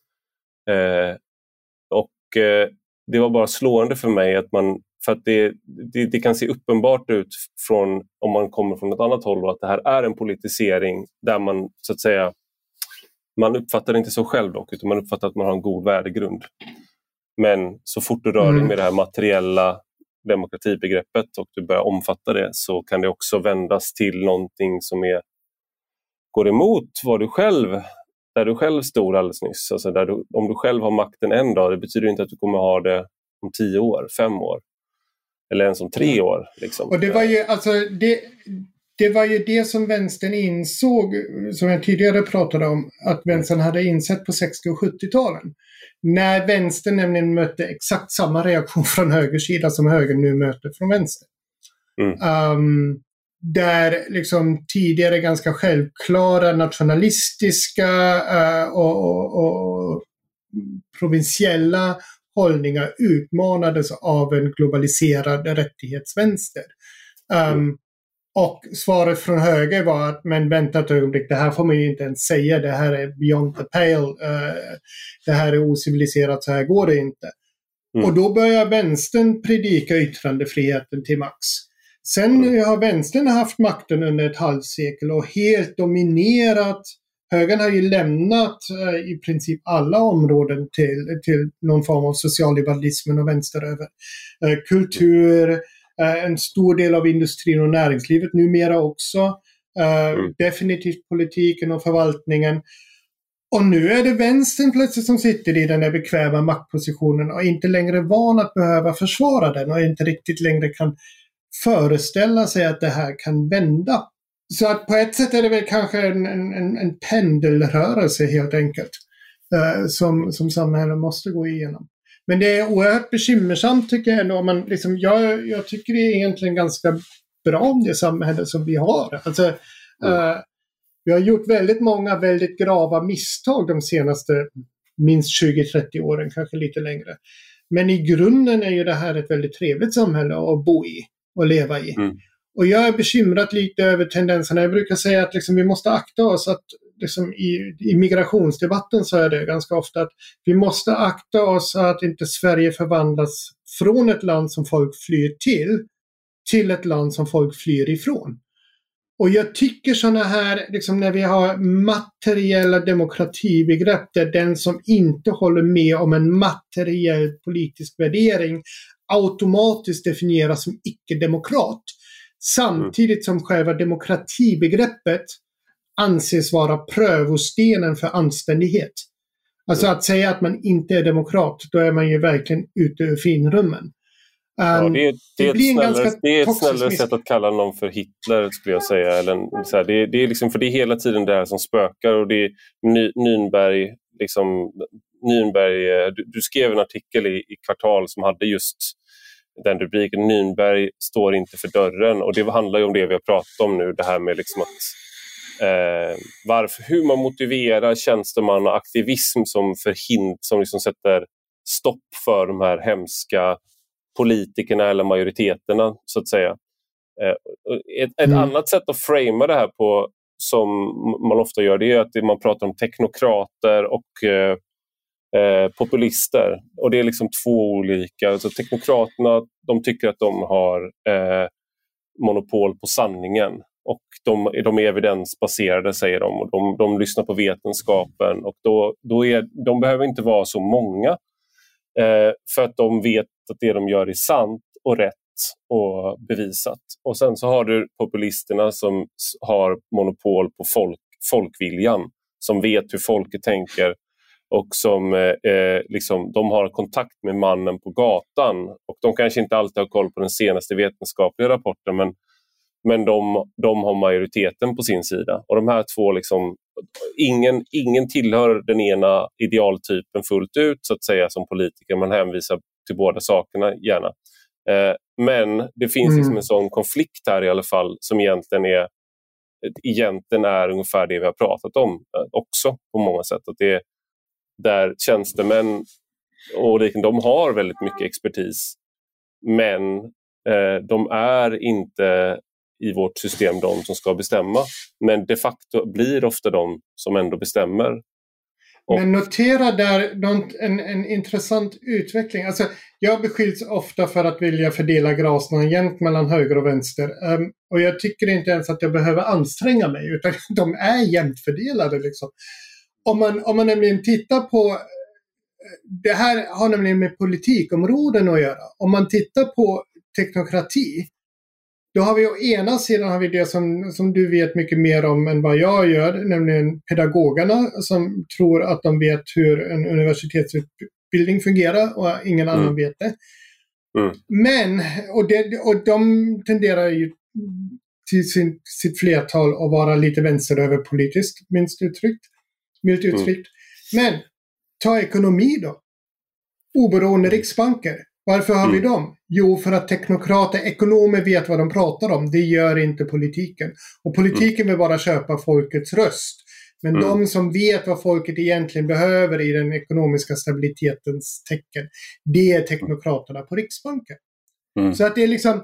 Det var bara slående för mig att för att det kan se uppenbart ut från, om man kommer från ett annat håll, att det här är en politisering där man så att säga, man uppfattar det inte så själv dock, utan man uppfattar att man har en god värdegrund. Men så fort du rör dig med det här materiella demokratibegreppet och du börjar omfatta det, så kan det också vändas till någonting som går emot vad du själv, där du själv stod alldeles nyss. Alltså om du själv har makten en dag, det betyder inte att du kommer ha det om 10 år, 5 år. Eller ens om 3 år. Liksom. Och det var ju, alltså, det var ju det som vänstern insåg, som jag tidigare pratade om, att vänstern hade insett på 60- och 70-talen. När vänstern nämligen mötte exakt samma reaktion från högersida som högern nu möter från vänster. Där liksom tidigare ganska självklara nationalistiska och provinsiella hållningar utmanades av en globaliserad rättighetsvänster. Och svaret från höger var att men vänta ett ögonblick, det här får man ju inte ens säga, det här är beyond the pale, det här är ociviliserat, så här går det inte. Och då börjar vänstern predika yttrandefriheten till max. Sen har vänstern haft makten under ett halvsekel och helt dominerat. Högern har ju lämnat i princip alla områden till någon form av socialliberalismen och vänsteröver. Kultur, en stor del av industrin och näringslivet numera också. Definitivt politiken och förvaltningen. Och nu är det vänstern plötsligt som sitter i den där bekväma maktpositionen och inte längre van att behöva försvara den och inte riktigt längre kan föreställa sig att det här kan vända. Så att på ett sätt är det väl kanske en pendelrörelse helt enkelt som samhället måste gå igenom. Men det är oerhört bekymmersamt tycker jag ändå. Jag tycker det är egentligen ganska bra om det samhälle som vi har. Alltså, vi har gjort väldigt många väldigt grava misstag de senaste minst 20-30 åren, kanske lite längre. Men i grunden är ju det här ett väldigt trevligt samhälle att bo i och leva i. Och jag är bekymrad lite över tendenserna. Jag brukar säga att vi måste akta oss att i migrationsdebatten så är det ganska ofta att vi måste akta oss att inte Sverige förvandlas från ett land som folk flyr till ett land som folk flyr ifrån. Och jag tycker sådana här, när vi har materiella demokratibegrepp där den som inte håller med om en materiell politisk värdering automatiskt definieras som icke-demokrat. Samtidigt som själva demokratibegreppet anses vara prövostenen för anständighet. Alltså att säga att man inte är demokrat, då är man ju verkligen ute ur finrummen. Det är ett snällare sätt att kalla någon för Hitler, skulle jag säga. Eller, så här, det är för det är hela tiden det här som spökar. Och det är Nürnberg, du skrev en artikel i Kvartal som hade just den rubriken, Nürnberg står inte för dörren. Och det handlar ju om det vi har pratat om nu, det här med hur man motiverar tjänstemannaaktivism som sätter stopp för de här hemska politikerna eller majoriteterna, så att säga. Ett annat sätt att framea det här på, som man ofta gör, det är att man pratar om teknokrater och populister. Och det är två olika. Alltså, teknokraterna, de tycker att de har monopol på sanningen. Och de är evidensbaserade, säger de. Och de lyssnar på vetenskapen. Och de behöver inte vara så många. För att de vet att det de gör är sant och rätt och bevisat. Och sen så har du populisterna som har monopol på folkviljan. Som vet hur folket tänker. Och som de har kontakt med mannen på gatan. Och de kanske inte alltid har koll på den senaste vetenskapliga rapporten. Men de har majoriteten på sin sida. Och de här två, ingen tillhör den ena idealtypen fullt ut, så att säga, som politiker. Man hänvisar till båda sakerna gärna. Men det finns en sån konflikt här i alla fall, som egentligen är ungefär det vi har pratat om också på många sätt. Att det är där tjänstemän och de har väldigt mycket expertis, men de är inte i vårt system de som ska bestämma, men de facto blir ofta de som ändå bestämmer. Men notera där en intressant utveckling. Alltså, jag beskylls ofta för att vilja fördela graserna jämnt mellan höger och vänster. Och jag tycker inte ens att jag behöver anstränga mig, utan de är jämnt fördelade. Om man nämligen tittar på, det här har nämligen med politikområden att göra. Om man tittar på teknokrati, då har vi å ena sidan har vi det som du vet mycket mer om än vad jag gör, nämligen pedagogerna som tror att de vet hur en universitetsutbildning fungerar och ingen annan vet det. Men, och de tenderar ju till sitt flertal att vara lite vänsteröverpolitiskt, milt uttryckt. Men ta ekonomi då. oberoende riksbanker. Varför har vi dem? Jo, för att teknokrater, ekonomer vet vad de pratar om. Det gör inte politiken. Och politiken vill bara köpa folkets röst. Men de som vet vad folket egentligen behöver i den ekonomiska stabilitetens tecken, det är teknokraterna på Riksbanken. Så att det är liksom...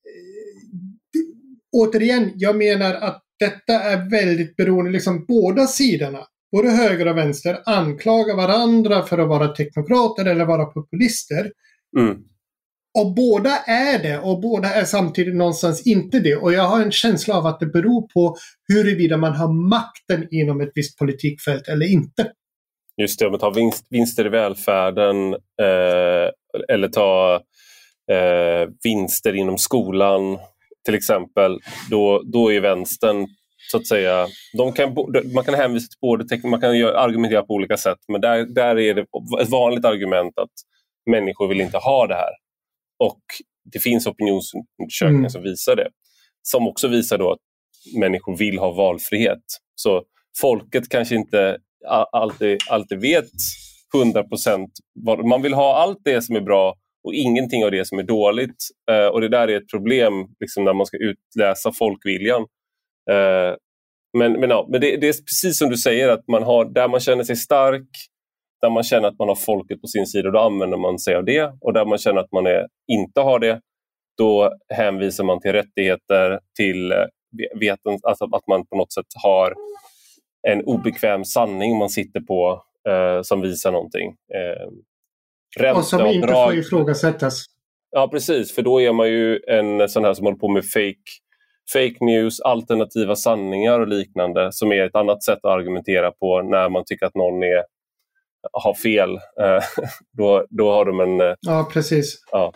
återigen, jag menar att detta är väldigt beroende, liksom båda sidorna, både höger och vänster, anklagar varandra för att vara teknokrater eller vara populister. Och båda är det, och båda är samtidigt någonstans inte det. Och jag har en känsla av att det beror på huruvida man har makten inom ett visst politikfält eller inte. Just det, om man tar vinster i välfärden eller ta vinster inom skolan till exempel, då är vänstern så att säga, man kan hänvisa till både man kan argumentera på olika sätt, men där är det ett vanligt argument att människor vill inte ha det här. Och det finns opinionsundersökningar som visar det. Som också visar då att människor vill ha valfrihet. Så folket kanske inte alltid vet 100% vad man vill ha, allt det som är bra och ingenting av det som är dåligt. Och det där är ett problem liksom, när man ska utläsa folkviljan. Men det är precis som du säger, att man har, där man känner sig stark, där man känner att man har folket på sin sida, då använder man sig av det. Och där man känner att man inte har det, då hänvisar man till rättigheter, till alltså att man på något sätt har en obekväm sanning man sitter på som visar någonting. Och som inte får ifrågasättas. Ja, precis. För då är man ju en sån här som håller på med fake news, alternativa sanningar och liknande, som är ett annat sätt att argumentera på när man tycker att någon har fel. Då har de en... Ja, precis. Ja.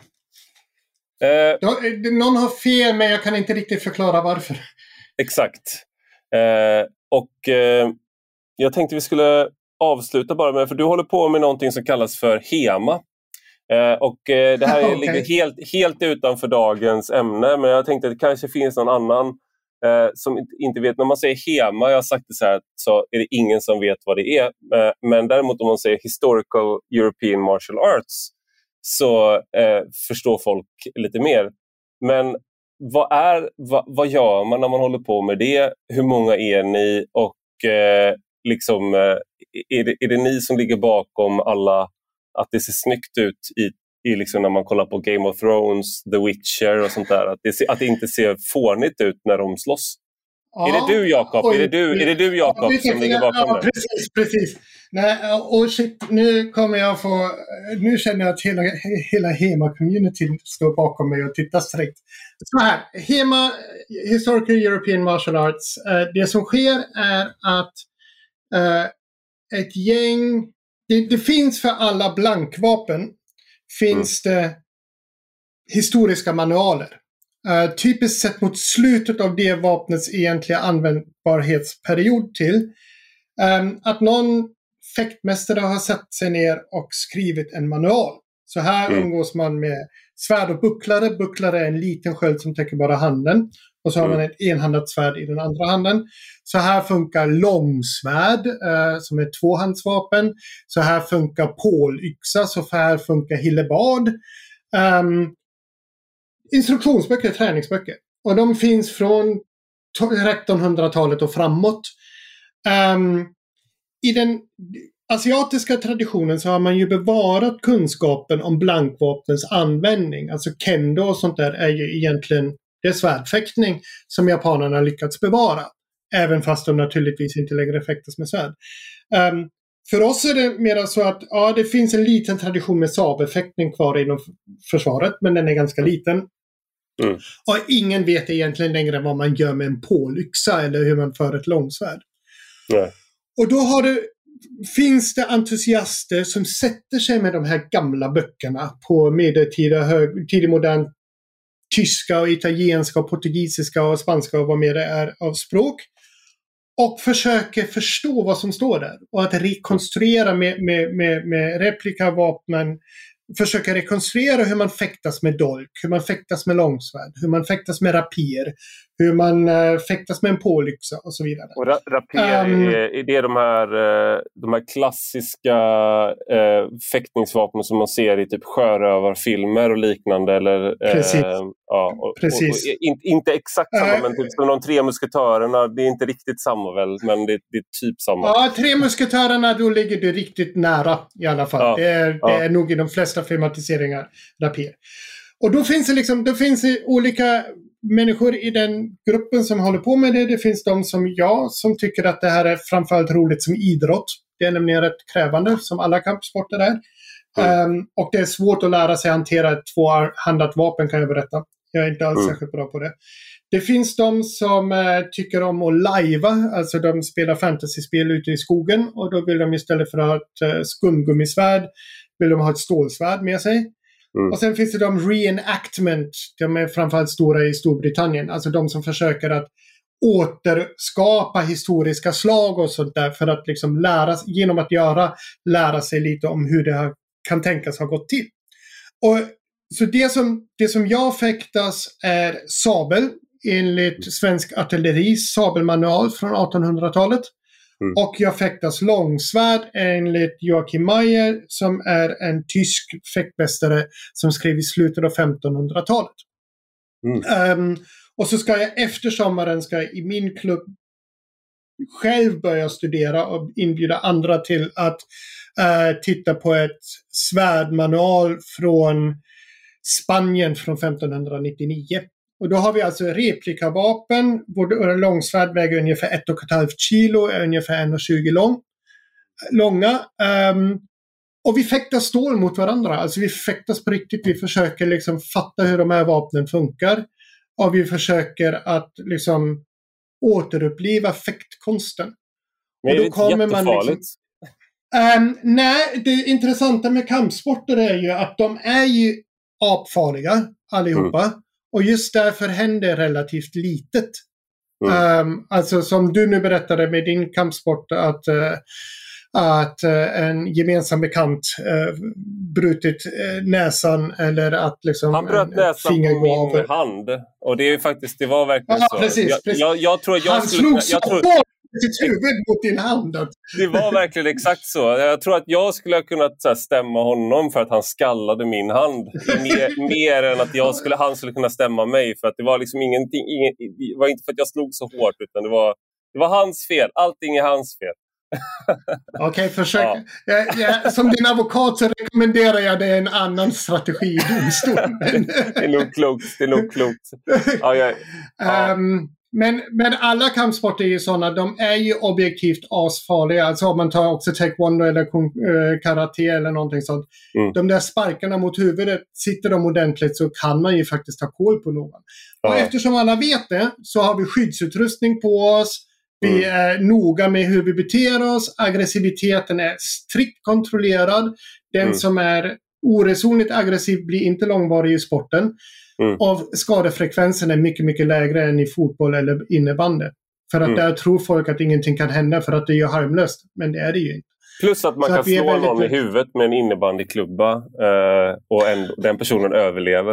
Någon har fel, men jag kan inte riktigt förklara varför. Exakt. Jag tänkte vi skulle avsluta bara med, för du håller på med någonting som kallas för HEMA. Det här ligger helt utanför dagens ämne, men jag tänkte att det kanske finns någon annan som inte vet. När man säger HEMA, jag har sagt det så här, så är det ingen som vet vad det är. Men däremot om man säger Historical European Martial Arts, så förstår folk lite mer. Men vad gör man när man håller på med det? Hur många är ni? Och är det ni som ligger bakom alla, att det ser snyggt ut i liksom när man kollar på Game of Thrones, The Witcher och sånt där, att det inte ser fånigt ut när de slåss? Ja. Är det du, Jakob? Är det du, Jakob, som ligger bakom det? Precis. Nej, och shit, nu känner jag att hela HEMA-communityn står bakom mig och tittar strikt. Så här, HEMA, Historical European Martial Arts, det som sker är att ett gäng, det finns för alla blankvapen, finns det historiska manualer. Typiskt sett mot slutet av det vapnets egentliga användbarhetsperiod till. Att någon fäktmästare har satt sig ner och skrivit en manual. Så här umgås man med svärd och bucklare. Bucklare är en liten sköld som täcker bara handen. Och så har man ett enhandat svärd i den andra handen. Så här funkar långsvärd som är tvåhandsvapen. Så här funkar pålyxa. Så här funkar hillebard. Instruktionsböcker, träningsböcker. Och de finns från 1300-talet och framåt. I den asiatiska traditionen så har man ju bevarat kunskapen om blankvapnens användning. Alltså kendo och sånt där är ju egentligen det svärdfäktning som japanerna lyckats bevara. Även fast de naturligtvis inte längre fäktas med svärd. För oss är det mer så att det finns en liten tradition med sabelfäktning kvar inom försvaret, men den är ganska liten. Och ingen vet egentligen längre vad man gör med en pålyxa eller hur man för ett långsvärd. Nej. Och då finns det entusiaster som sätter sig med de här gamla böckerna på medeltida, tidig modern tyska och italienska och portugisiska och spanska och vad mer det är av språk. Och försöker förstå vad som står där. Och att rekonstruera med replikavapnen. Försöka rekonstruera hur man fäktas med dolk. Hur man fäktas med långsvärd. Hur man fäktas med rapier. hur man fäktas med en pålyxa och så vidare. Och rapier, är det de här klassiska fäktningsvapen som man ser i typ sjörövarfilmer och liknande? Eller, precis. Precis. Och inte exakt samma, men typ som de tre musketörerna, det är inte riktigt samma väl, men det är typ samma. Ja, tre musketörerna, då ligger du riktigt nära i alla fall. Ja, det är nog i de flesta filmatiseringar rapier. Och då finns det olika människor i den gruppen som håller på med det. Det finns de som jag som tycker att det här är framförallt roligt som idrott. Det är nämligen rätt krävande som alla kampsporter är. Och det är svårt att lära sig hantera ett tvåhandat vapen, kan jag berätta. Jag är inte alls särskilt bra på det. Det finns de som tycker om att lajva. Alltså de spelar fantasyspel ute i skogen. Och då vill de istället för att ha ett skumgummisvärd vill de ha ett stålsvärd med sig. Och sen finns det de reenactment. De är framförallt stora i Storbritannien. Alltså de som försöker att återskapa historiska slag och sånt där. För att liksom genom att lära sig lite om hur det kan tänkas ha gått till. Och så det som jag fäktas är sabel. Enligt svensk artilleris sabelmanual från 1800-talet. Och jag fäktas långsvärd enligt Joachim Meyer som är en tysk fäktmästare som skrev i slutet av 1500-talet. Och så ska jag efter sommaren i min klubb själv börja studera och inbjuda andra till att titta på ett svärdmanual från Spanien från 1599. Och då har vi alltså replikavapen. Vår långsvärd väger ungefär 1,5 kilo, är ungefär 1,20 långa. Och vi fäktas stål mot varandra. Alltså vi fäktas på riktigt. Vi försöker liksom fatta hur de här vapnen funkar. Och vi försöker att liksom återuppliva fäktkonsten. Men är det inte jättefarligt? Nej, det intressanta med kampsporter är ju att de är ju apfarliga allihopa. Och just därför händer relativt litet. Alltså som du nu berättade med din kampsport att en gemensam bekant brutit näsan eller att liksom han bröt näsan på min hand. Och det är faktiskt, det var verkligen så. Precis. Jag tror att jag han slog så hårt sitt huvud mot din hand. Det var verkligen exakt så. Jag tror att jag skulle ha kunnat stämma honom för att han skallade min hand. Mer än att han skulle kunna stämma mig. För att det var liksom ingenting. Det var inte för att jag slog så hårt, utan det var hans fel. Allting är hans fel. Okej, försök. Ja, som din advokat så rekommenderar jag dig en annan strategi i domstolen. Det är nog klokt. Men alla kampsporter är ju sådana, de är ju objektivt asfarliga. Alltså om man tar också taekwondo eller karate eller någonting sånt. De där sparkarna mot huvudet, sitter de ordentligt så kan man ju faktiskt ta koll på någon. Och eftersom alla vet det så har vi skyddsutrustning på oss. Vi är noga med hur vi beter oss. Aggressiviteten är strikt kontrollerad. Den som är oresonligt aggressiv blir inte långvarig i sporten. Och skadefrekvensen är mycket, mycket lägre än i fotboll eller innebandy. För att där tror folk att ingenting kan hända för att det är harmlöst. Men det är det ju inte. Plus att man kan slå någon i huvudet med en innebandyklubba och den personen överlever.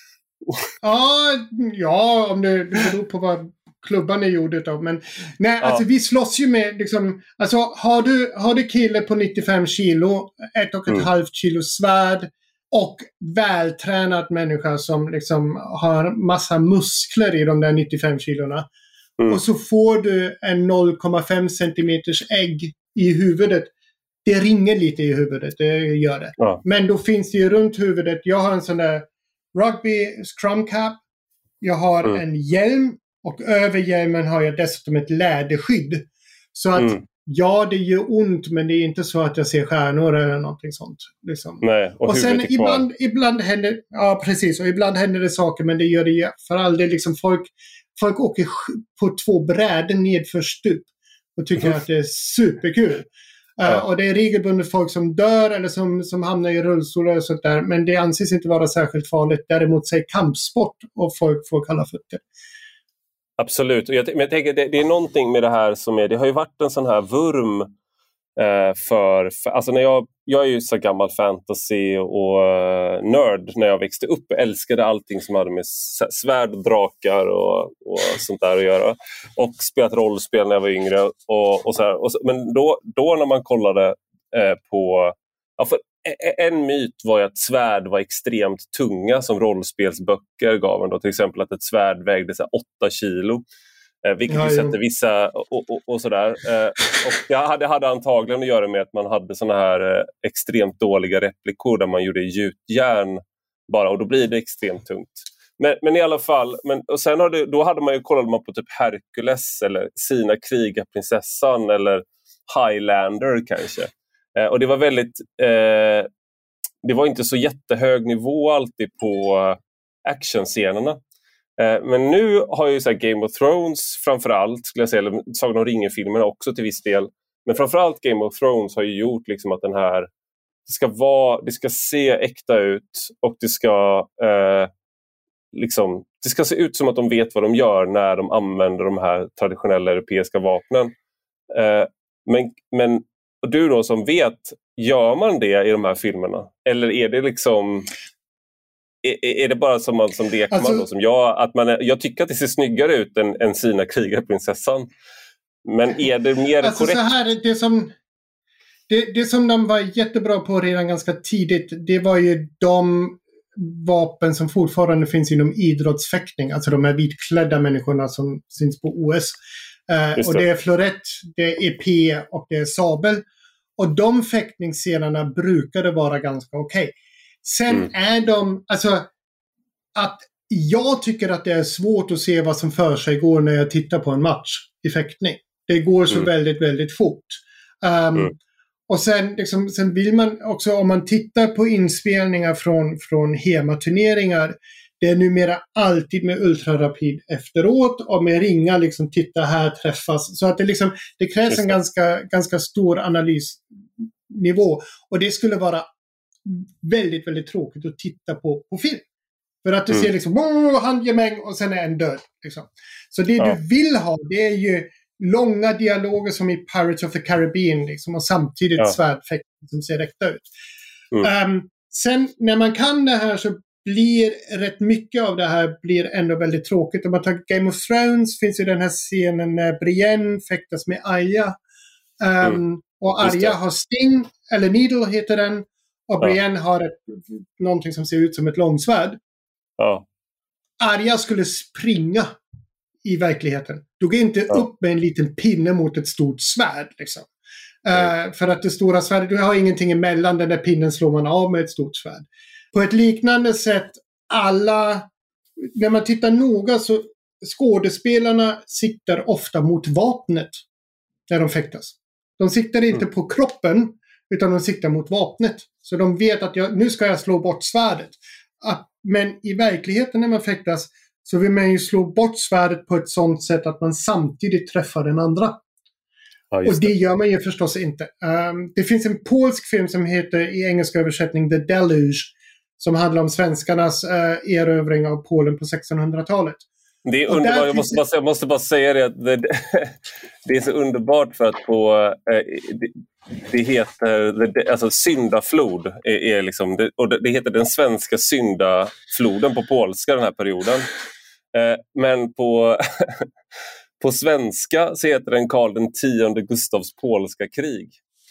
Ja, om det beror på vad klubban är gjord av. Men nej, alltså vi slåss ju med liksom, alltså har du kille på 95 kilo, 1,5 kilo svärd och vältränad människa som liksom har massa muskler i de där 95 kilorna. Och så får du en 0,5 centimeters ägg i huvudet. Det ringer lite i huvudet, det gör det. Men då finns det ju runt huvudet. Jag har en sån där rugby scrum cap. Jag har en hjälm. Och över hjälmen har jag dessutom ett läderskydd. Så att det gör ont, men det är inte så att jag ser stjärnor eller någonting sånt. Liksom. Nej, och sen ibland händer... Ja, precis. Och ibland händer det saker, men det gör det ju för aldrig. Liksom folk åker på 2 brädor nedför stup. Och tycker att det är superkul. Och det är regelbundet folk som dör eller som hamnar i rullstolar och sånt där. Men det anses inte vara särskilt farligt. Däremot säger kampsport och folk får kalla fötter. Absolut. Men jag tänker det är någonting med det här som det har ju varit en sån här vurm för alltså när jag jag är ju så gammal fantasy och nörd när jag växte upp. Jag älskade allting som hade med svärd, drakar och sånt där att göra. Och spelat rollspel när jag var yngre. Och så här. Men då när man kollade på... Ja, för en myt var ju att svärd var extremt tunga som rollspelsböcker gav en. Då. Till exempel att ett svärd vägde så 8 kilo. Vilket ju sätter vissa och sådär. Och det hade antagligen att göra med att man hade såna här extremt dåliga replikor där man gjorde gjutjärn bara, och då blir det extremt tungt. Men i alla fall, och sen då hade man ju kollat man på typ Hercules eller Sina krigarprinsessan eller Highlander kanske. Och det var väldigt det var inte så jättehög nivå alltid på actionscenerna. Men nu har ju så här Game of Thrones framförallt, skulle jag säga, eller Sagan om ringen-filmerna också till viss del. Men framförallt Game of Thrones har ju gjort liksom att den här det ska se äkta ut och det ska det ska se ut som att de vet vad de gör när de använder de här traditionella europeiska vapnen. Men och du då som vet, gör man det i de här filmerna? Eller är det liksom... Är det bara som lekman alltså, då, som jag tycker att det ser snyggare ut än Sina krigarprinsessan. Men är det mer korrekt? Så här, det som de var jättebra på redan ganska tidigt, det var ju de vapen som fortfarande finns inom idrottsfäktning. Alltså de här vitklädda människorna som syns på OS. Och det är florett, det är EP och det är sabel. Och de fäktningsscenerna brukade vara ganska okej. Sen är de, alltså att jag tycker att det är svårt att se vad som för sig går när jag tittar på en match i fäktning. Det går så väldigt, väldigt fort. Och sen vill man också, om man tittar på inspelningar från hematurneringar, det är numera alltid med ultrarapid efteråt och med ringar liksom titta här träffas. Så att det krävs en ganska stor analysnivå. Och det skulle vara väldigt, väldigt tråkigt att titta på film. För att du ser liksom handgemäng och sen är en död. Liksom. Så det du vill ha, det är ju långa dialoger som i Pirates of the Caribbean liksom, och samtidigt svärdfäktning som ser äkta ut. Sen när man kan det här så blir rätt mycket av det här blir ändå väldigt tråkigt. Om man tar Game of Thrones finns ju den här scenen när Brienne fäktas med Arya. Och Arya har Sting, eller Needle heter den. Och Brienne har någonting som ser ut som ett långsvärd. Arya skulle springa i verkligheten. Du går inte upp med en liten pinne mot ett stort svärd. Liksom. För att det stora svärdet, du har ingenting emellan, den där pinnen slår man av med ett stort svärd. På ett liknande sätt, när man tittar noga så skådespelarna siktar ofta mot vapnet när de fäktas. De siktar inte på kroppen, utan de siktar mot vapnet. Så de vet att nu ska jag slå bort svärdet. Men i verkligheten när man fäktas så vill man ju slå bort svärdet på ett sånt sätt att man samtidigt träffar den andra. Och det gör man ju förstås inte. Det finns en polsk film som heter i engelska översättning The Deluge, som handlar om svenskarnas erövring av Polen på 1600-talet. Det är underbart, jag måste bara säga det, att det är så underbart för att det heter, alltså syndaflod är liksom, och det heter den svenska syndafloden på polska den här perioden. Men på svenska så heter den Karl X Gustavs polska krig.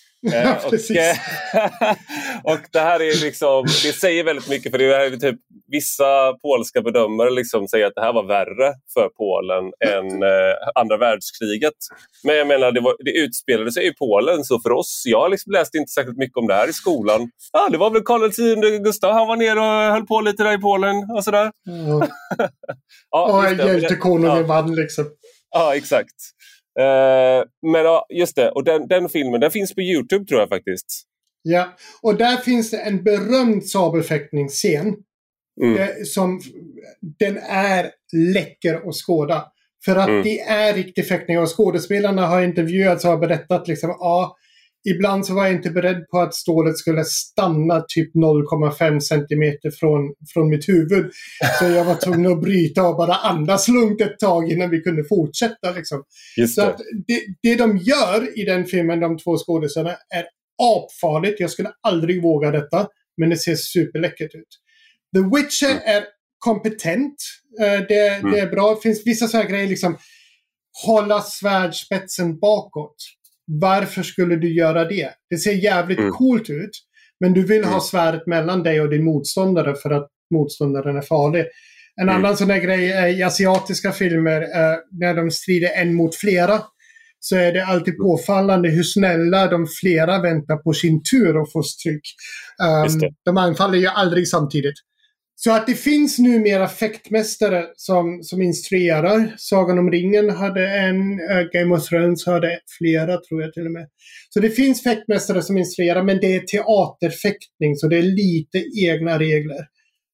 Och det här är liksom, det säger väldigt mycket, för det är typ vissa polska bedömare liksom säger att det här var värre för Polen än andra världskriget. Men jag menar, det utspelade sig i Polen, så för oss, jag liksom läste inte särskilt mycket om det här i skolan. Det var väl Karl X Gustav, han var ner och höll på lite där i Polen och sådär. Och hjältekonungen vann liksom. Ja, exakt. Men just det, och den filmen, den finns på YouTube tror jag faktiskt. Ja, och där finns det en berömd sabelfäktningsscen som den är läcker att skåda. För att det är riktig fäktning, och skådespelarna har intervjuats och har berättat liksom, ibland så var jag inte beredd på att stålet skulle stanna typ 0,5 centimeter från mitt huvud. Så jag var tvungen att bryta och bara andas lugnt ett tag innan vi kunde fortsätta. Liksom. Så att det de gör i den filmen, de två skådespelarna, är apfarligt. Jag skulle aldrig våga detta. Men det ser superläckert ut. The Witcher är kompetent. Det är bra. Det finns vissa så här grejer liksom. Hålla svärdspetsen bakåt. Varför skulle du göra det? Det ser jävligt coolt ut. Men du vill ha svärdet mellan dig och din motståndare för att motståndaren är farlig. En annan sån där grej är i asiatiska filmer när de strider en mot flera. Så är det alltid påfallande hur snälla de flera väntar på sin tur och får stryk. De anfaller ju aldrig samtidigt. Så att det finns numera fäktmästare som instruerar. Sagan om ringen hade en, Game of Thrones hade flera tror jag till och med. Så det finns fäktmästare som instruerar, men det är teaterfäktning så det är lite egna regler.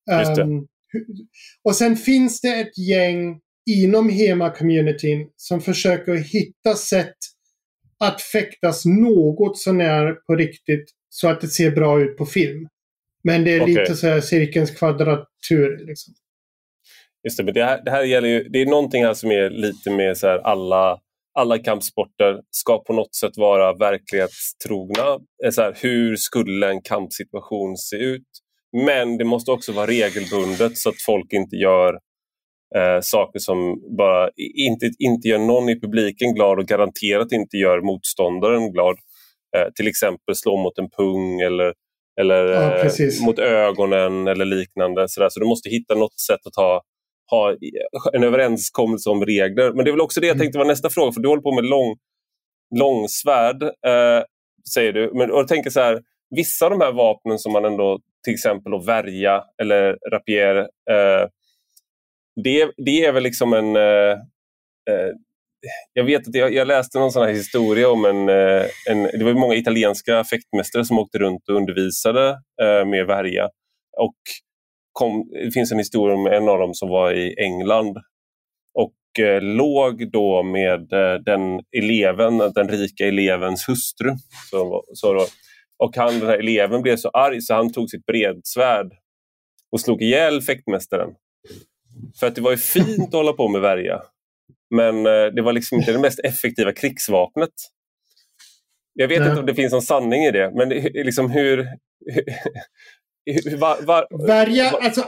Och sen finns det ett gäng inom HEMA-communityn som försöker hitta sätt att fäktas något sånär på riktigt så att det ser bra ut på film. Men det är lite så här cirkelns kvadratur liksom. Just det, men det här gäller ju, det är någonting här som är lite mer så här alla kampsporter ska på något sätt vara verklighetstrogna. Så här, hur skulle en kampsituation se ut? Men det måste också vara regelbundet så att folk inte gör saker som bara inte gör någon i publiken glad och garanterat inte gör motståndaren glad. Till exempel slå mot en pung eller mot ögonen eller liknande. Så du måste hitta något sätt att ha en överenskommelse om regler. Men det är väl också det jag tänkte var nästa fråga, för du håller på med långsvärd, säger du. Men jag tänker så här, vissa av de här vapnen som man ändå, till exempel att värja eller rapier, det är väl liksom jag vet att jag läste någon sån här historia om det var många italienska fäktmästare som åkte runt och undervisade med värja. Och det finns en historia om en av dem som var i England och låg då med den rika elevens hustru. Och den här eleven blev så arg så han tog sitt bredsvärd och slog ihjäl fäktmästaren. För att det var ju fint att hålla på med värja. Men det var liksom inte det mest effektiva krigsvapnet. Jag vet inte om det finns någon sanning i det. Men liksom värja, alltså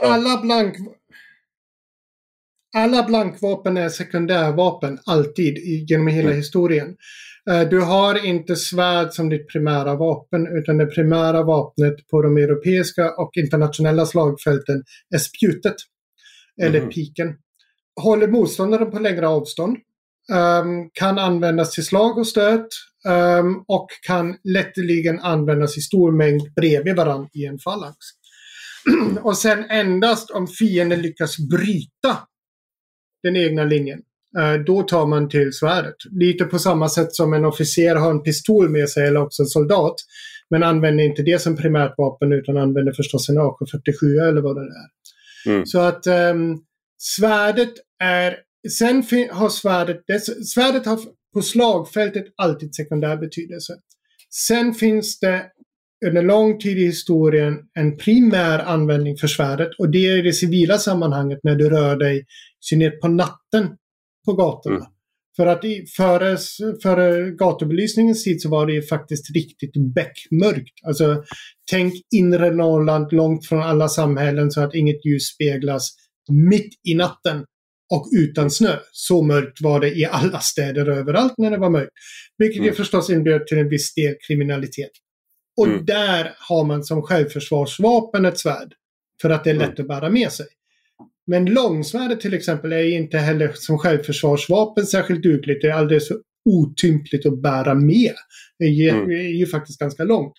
alla blankvapen är sekundärvapen alltid genom hela historien. Du har inte svärd som ditt primära vapen, utan det primära vapnet på de europeiska och internationella slagfälten är spjutet eller piken. Håller motståndaren på längre avstånd, kan användas till slag och stöt och kan lätteligen användas i stor mängd bredvid varandra i en phalanx. Och sen endast om fienden lyckas bryta den egna linjen, då tar man till svärdet. Lite på samma sätt som en officer har en pistol med sig eller också en soldat, men använder inte det som primärt vapen utan använder förstås en AK-47 eller vad det är. Så att svärdet är... Sen har svärdet har på slagfältet alltid sekundär betydelse. Sen finns det under lång tid i historien en primär användning för svärdet, och det är i det civila sammanhanget när du rör dig synnerhet på natten på gatorna. För att före gatubelysningens tid så var det ju faktiskt riktigt beckmörkt. Alltså tänk inre Norrland, långt från alla samhällen så att inget ljus speglas, mitt i natten och utan snö. Så mörkt var det i alla städer överallt när det var mörkt. Vilket ju förstås inbjöd till en viss del kriminalitet. Och där har man som självförsvarsvapen ett svärd. För att det är lätt att bära med sig. Men långsvärdet till exempel är inte heller som självförsvarsvapen särskilt dugligt. Det är alldeles för otympligt att bära med. Det är ju faktiskt ganska långt.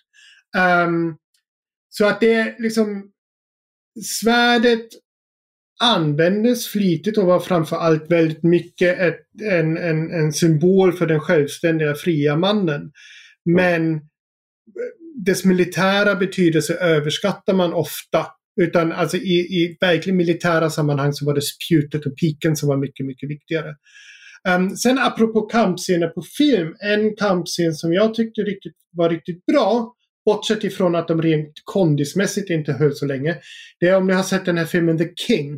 Så att det är liksom... Svärdet användes flitigt och var framförallt väldigt mycket en symbol för den självständiga fria mannen. Men dess militära betydelse överskattar man ofta. Utan alltså i verkligen militära sammanhang så var det spjutet och piken som var mycket, mycket viktigare. Sen apropå kampscener på film. En kampscen som jag tyckte var riktigt bra, bortsett ifrån att de rent kondismässigt inte höll så länge. Det är om ni har sett den här filmen The King.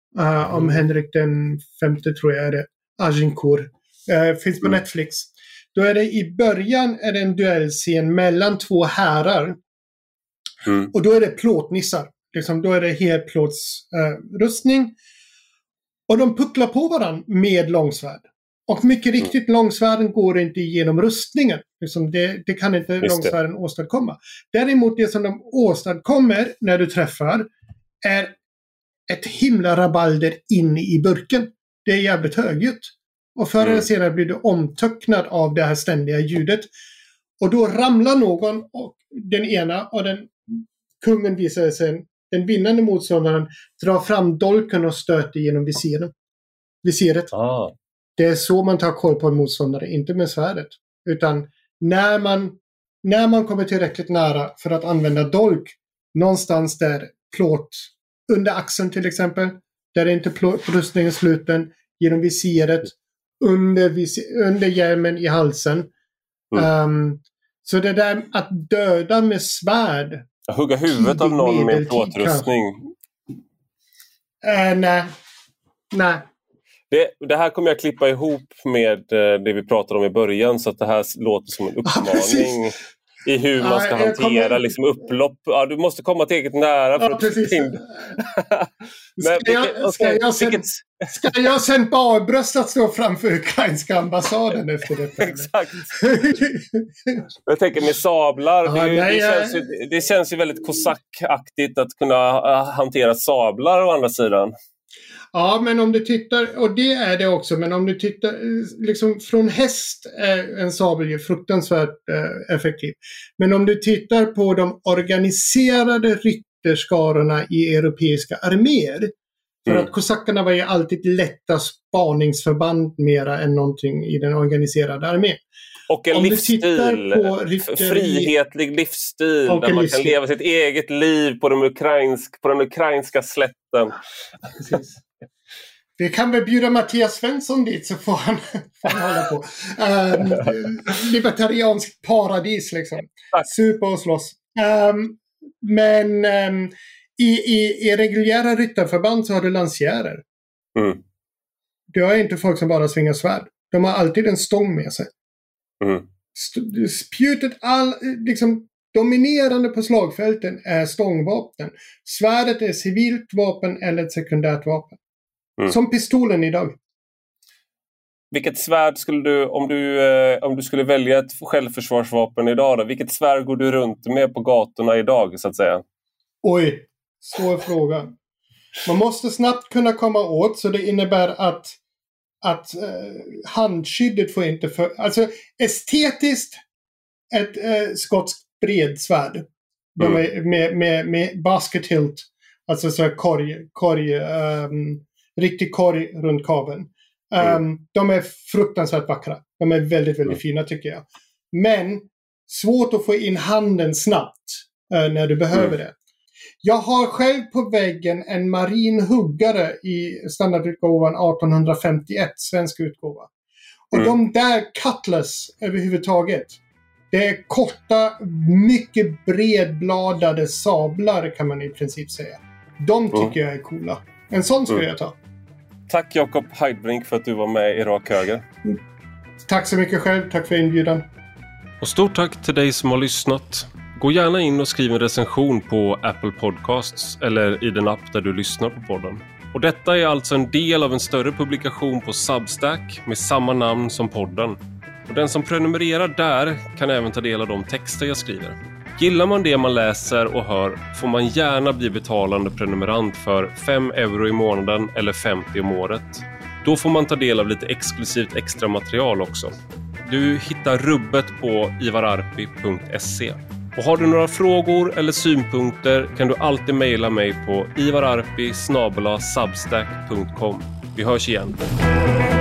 Om Henrik den femte tror jag är det. Agincourt. Finns på Netflix. Då är det i början är det en duellscen mellan två herrar. Och då är det plåtnissar. Liksom, då är det helplåtsrustning. Och de pucklar på varandra med långsvärd. Och mycket riktigt, långsvärden går inte igenom rustningen. Liksom, det kan inte långsvärden åstadkomma. Däremot det som de åstadkommer när du träffar är ett himla rabalder inne i burken. Det är jävligt högljutt. Och förr eller senare blir du omtöcknad av det här ständiga ljudet. Och då ramlar någon, och den ena, och kungen visar sig, den vinnande motståndaren drar fram dolken och stöter genom visiret. Det är så man tar koll på en motståndare, inte med svärdet. Utan när man kommer tillräckligt nära för att använda dolk, någonstans där plåt, under axeln till exempel, där är inte rustningen sluten, genom visiret, under hjälmen i halsen. Så det där att döda med svärd, hugga huvudet av någon med plåtrustning. Nej. Det här kommer jag klippa ihop med det vi pratade om i början, så att det här låter som en uppmaning i hur man ska hantera liksom upplopp. Ja, du måste komma tillräckligt nära för att Ska jag sen bara bröstat stå framför ukrainska ambassaden efter detta? Exakt. Jag tänker med sablar. Det känns ju väldigt kosackaktigt att kunna hantera sablar å andra sidan. Ja, men om du tittar, och det är det också, men om du tittar liksom från häst är en sabel ju fruktansvärt effektiv. Men om du tittar på de organiserade rytterskarorna i europeiska arméer, för att kosackerna var ju alltid lätta spaningsförband mera än någonting i den organiserade armén. Och en livsstil, frihetlig livsstil där man kan leva sitt eget liv på den ukrainska slätten. Precis. Vi kan väl bjuda Mattias Svensson dit, så får han hålla på. Libertariansk paradis liksom. Super och slåss. Men i reguljära ryttarförband så har du lansjärer. Du har inte folk som bara svingar svärd. De har alltid en stång med sig. Spjutet, liksom dominerande på slagfälten är stångvapen. Svärdet är civilt vapen eller ett sekundärt vapen. Som pistolen idag. Vilket svärd skulle du, om du skulle välja ett självförsvarsvapen idag då, vilket svärd går du runt med på gatorna idag, så att säga? Oj, svår fråga. Man måste snabbt kunna komma åt, så det innebär att handskyddet får inte alltså estetiskt ett skotsk bredsvärd. De är med basket hilt, alltså så här korg riktig korg runt kabeln. De är fruktansvärt vackra. De är väldigt, väldigt fina tycker jag. Men svårt att få in handen snabbt när du behöver det. Jag har själv på väggen en marin huggare i standardutgåvan 1851, svensk utgåva. Och de där cutlass överhuvudtaget, det är korta, mycket bredbladade sablar kan man i princip säga. De tycker jag är coola. En sån skulle jag ta. Tack Jakob Heidbrink för att du var med i Rak Höger. Tack så mycket själv. Tack för inbjudan. Och stort tack till dig som har lyssnat. Gå gärna in och skriv en recension på Apple Podcasts eller i den app där du lyssnar på podden. Och detta är alltså en del av en större publikation på Substack med samma namn som podden. Och den som prenumererar där kan även ta del av de texter jag skriver. Gillar man det man läser och hör får man gärna bli betalande prenumerant för 5 euro i månaden eller 50 om året. Då får man ta del av lite exklusivt extra material också. Du hittar rubbet på ivararpi.se. Och har du några frågor eller synpunkter kan du alltid mejla mig på ivararpi@substack.com. Vi hörs igen.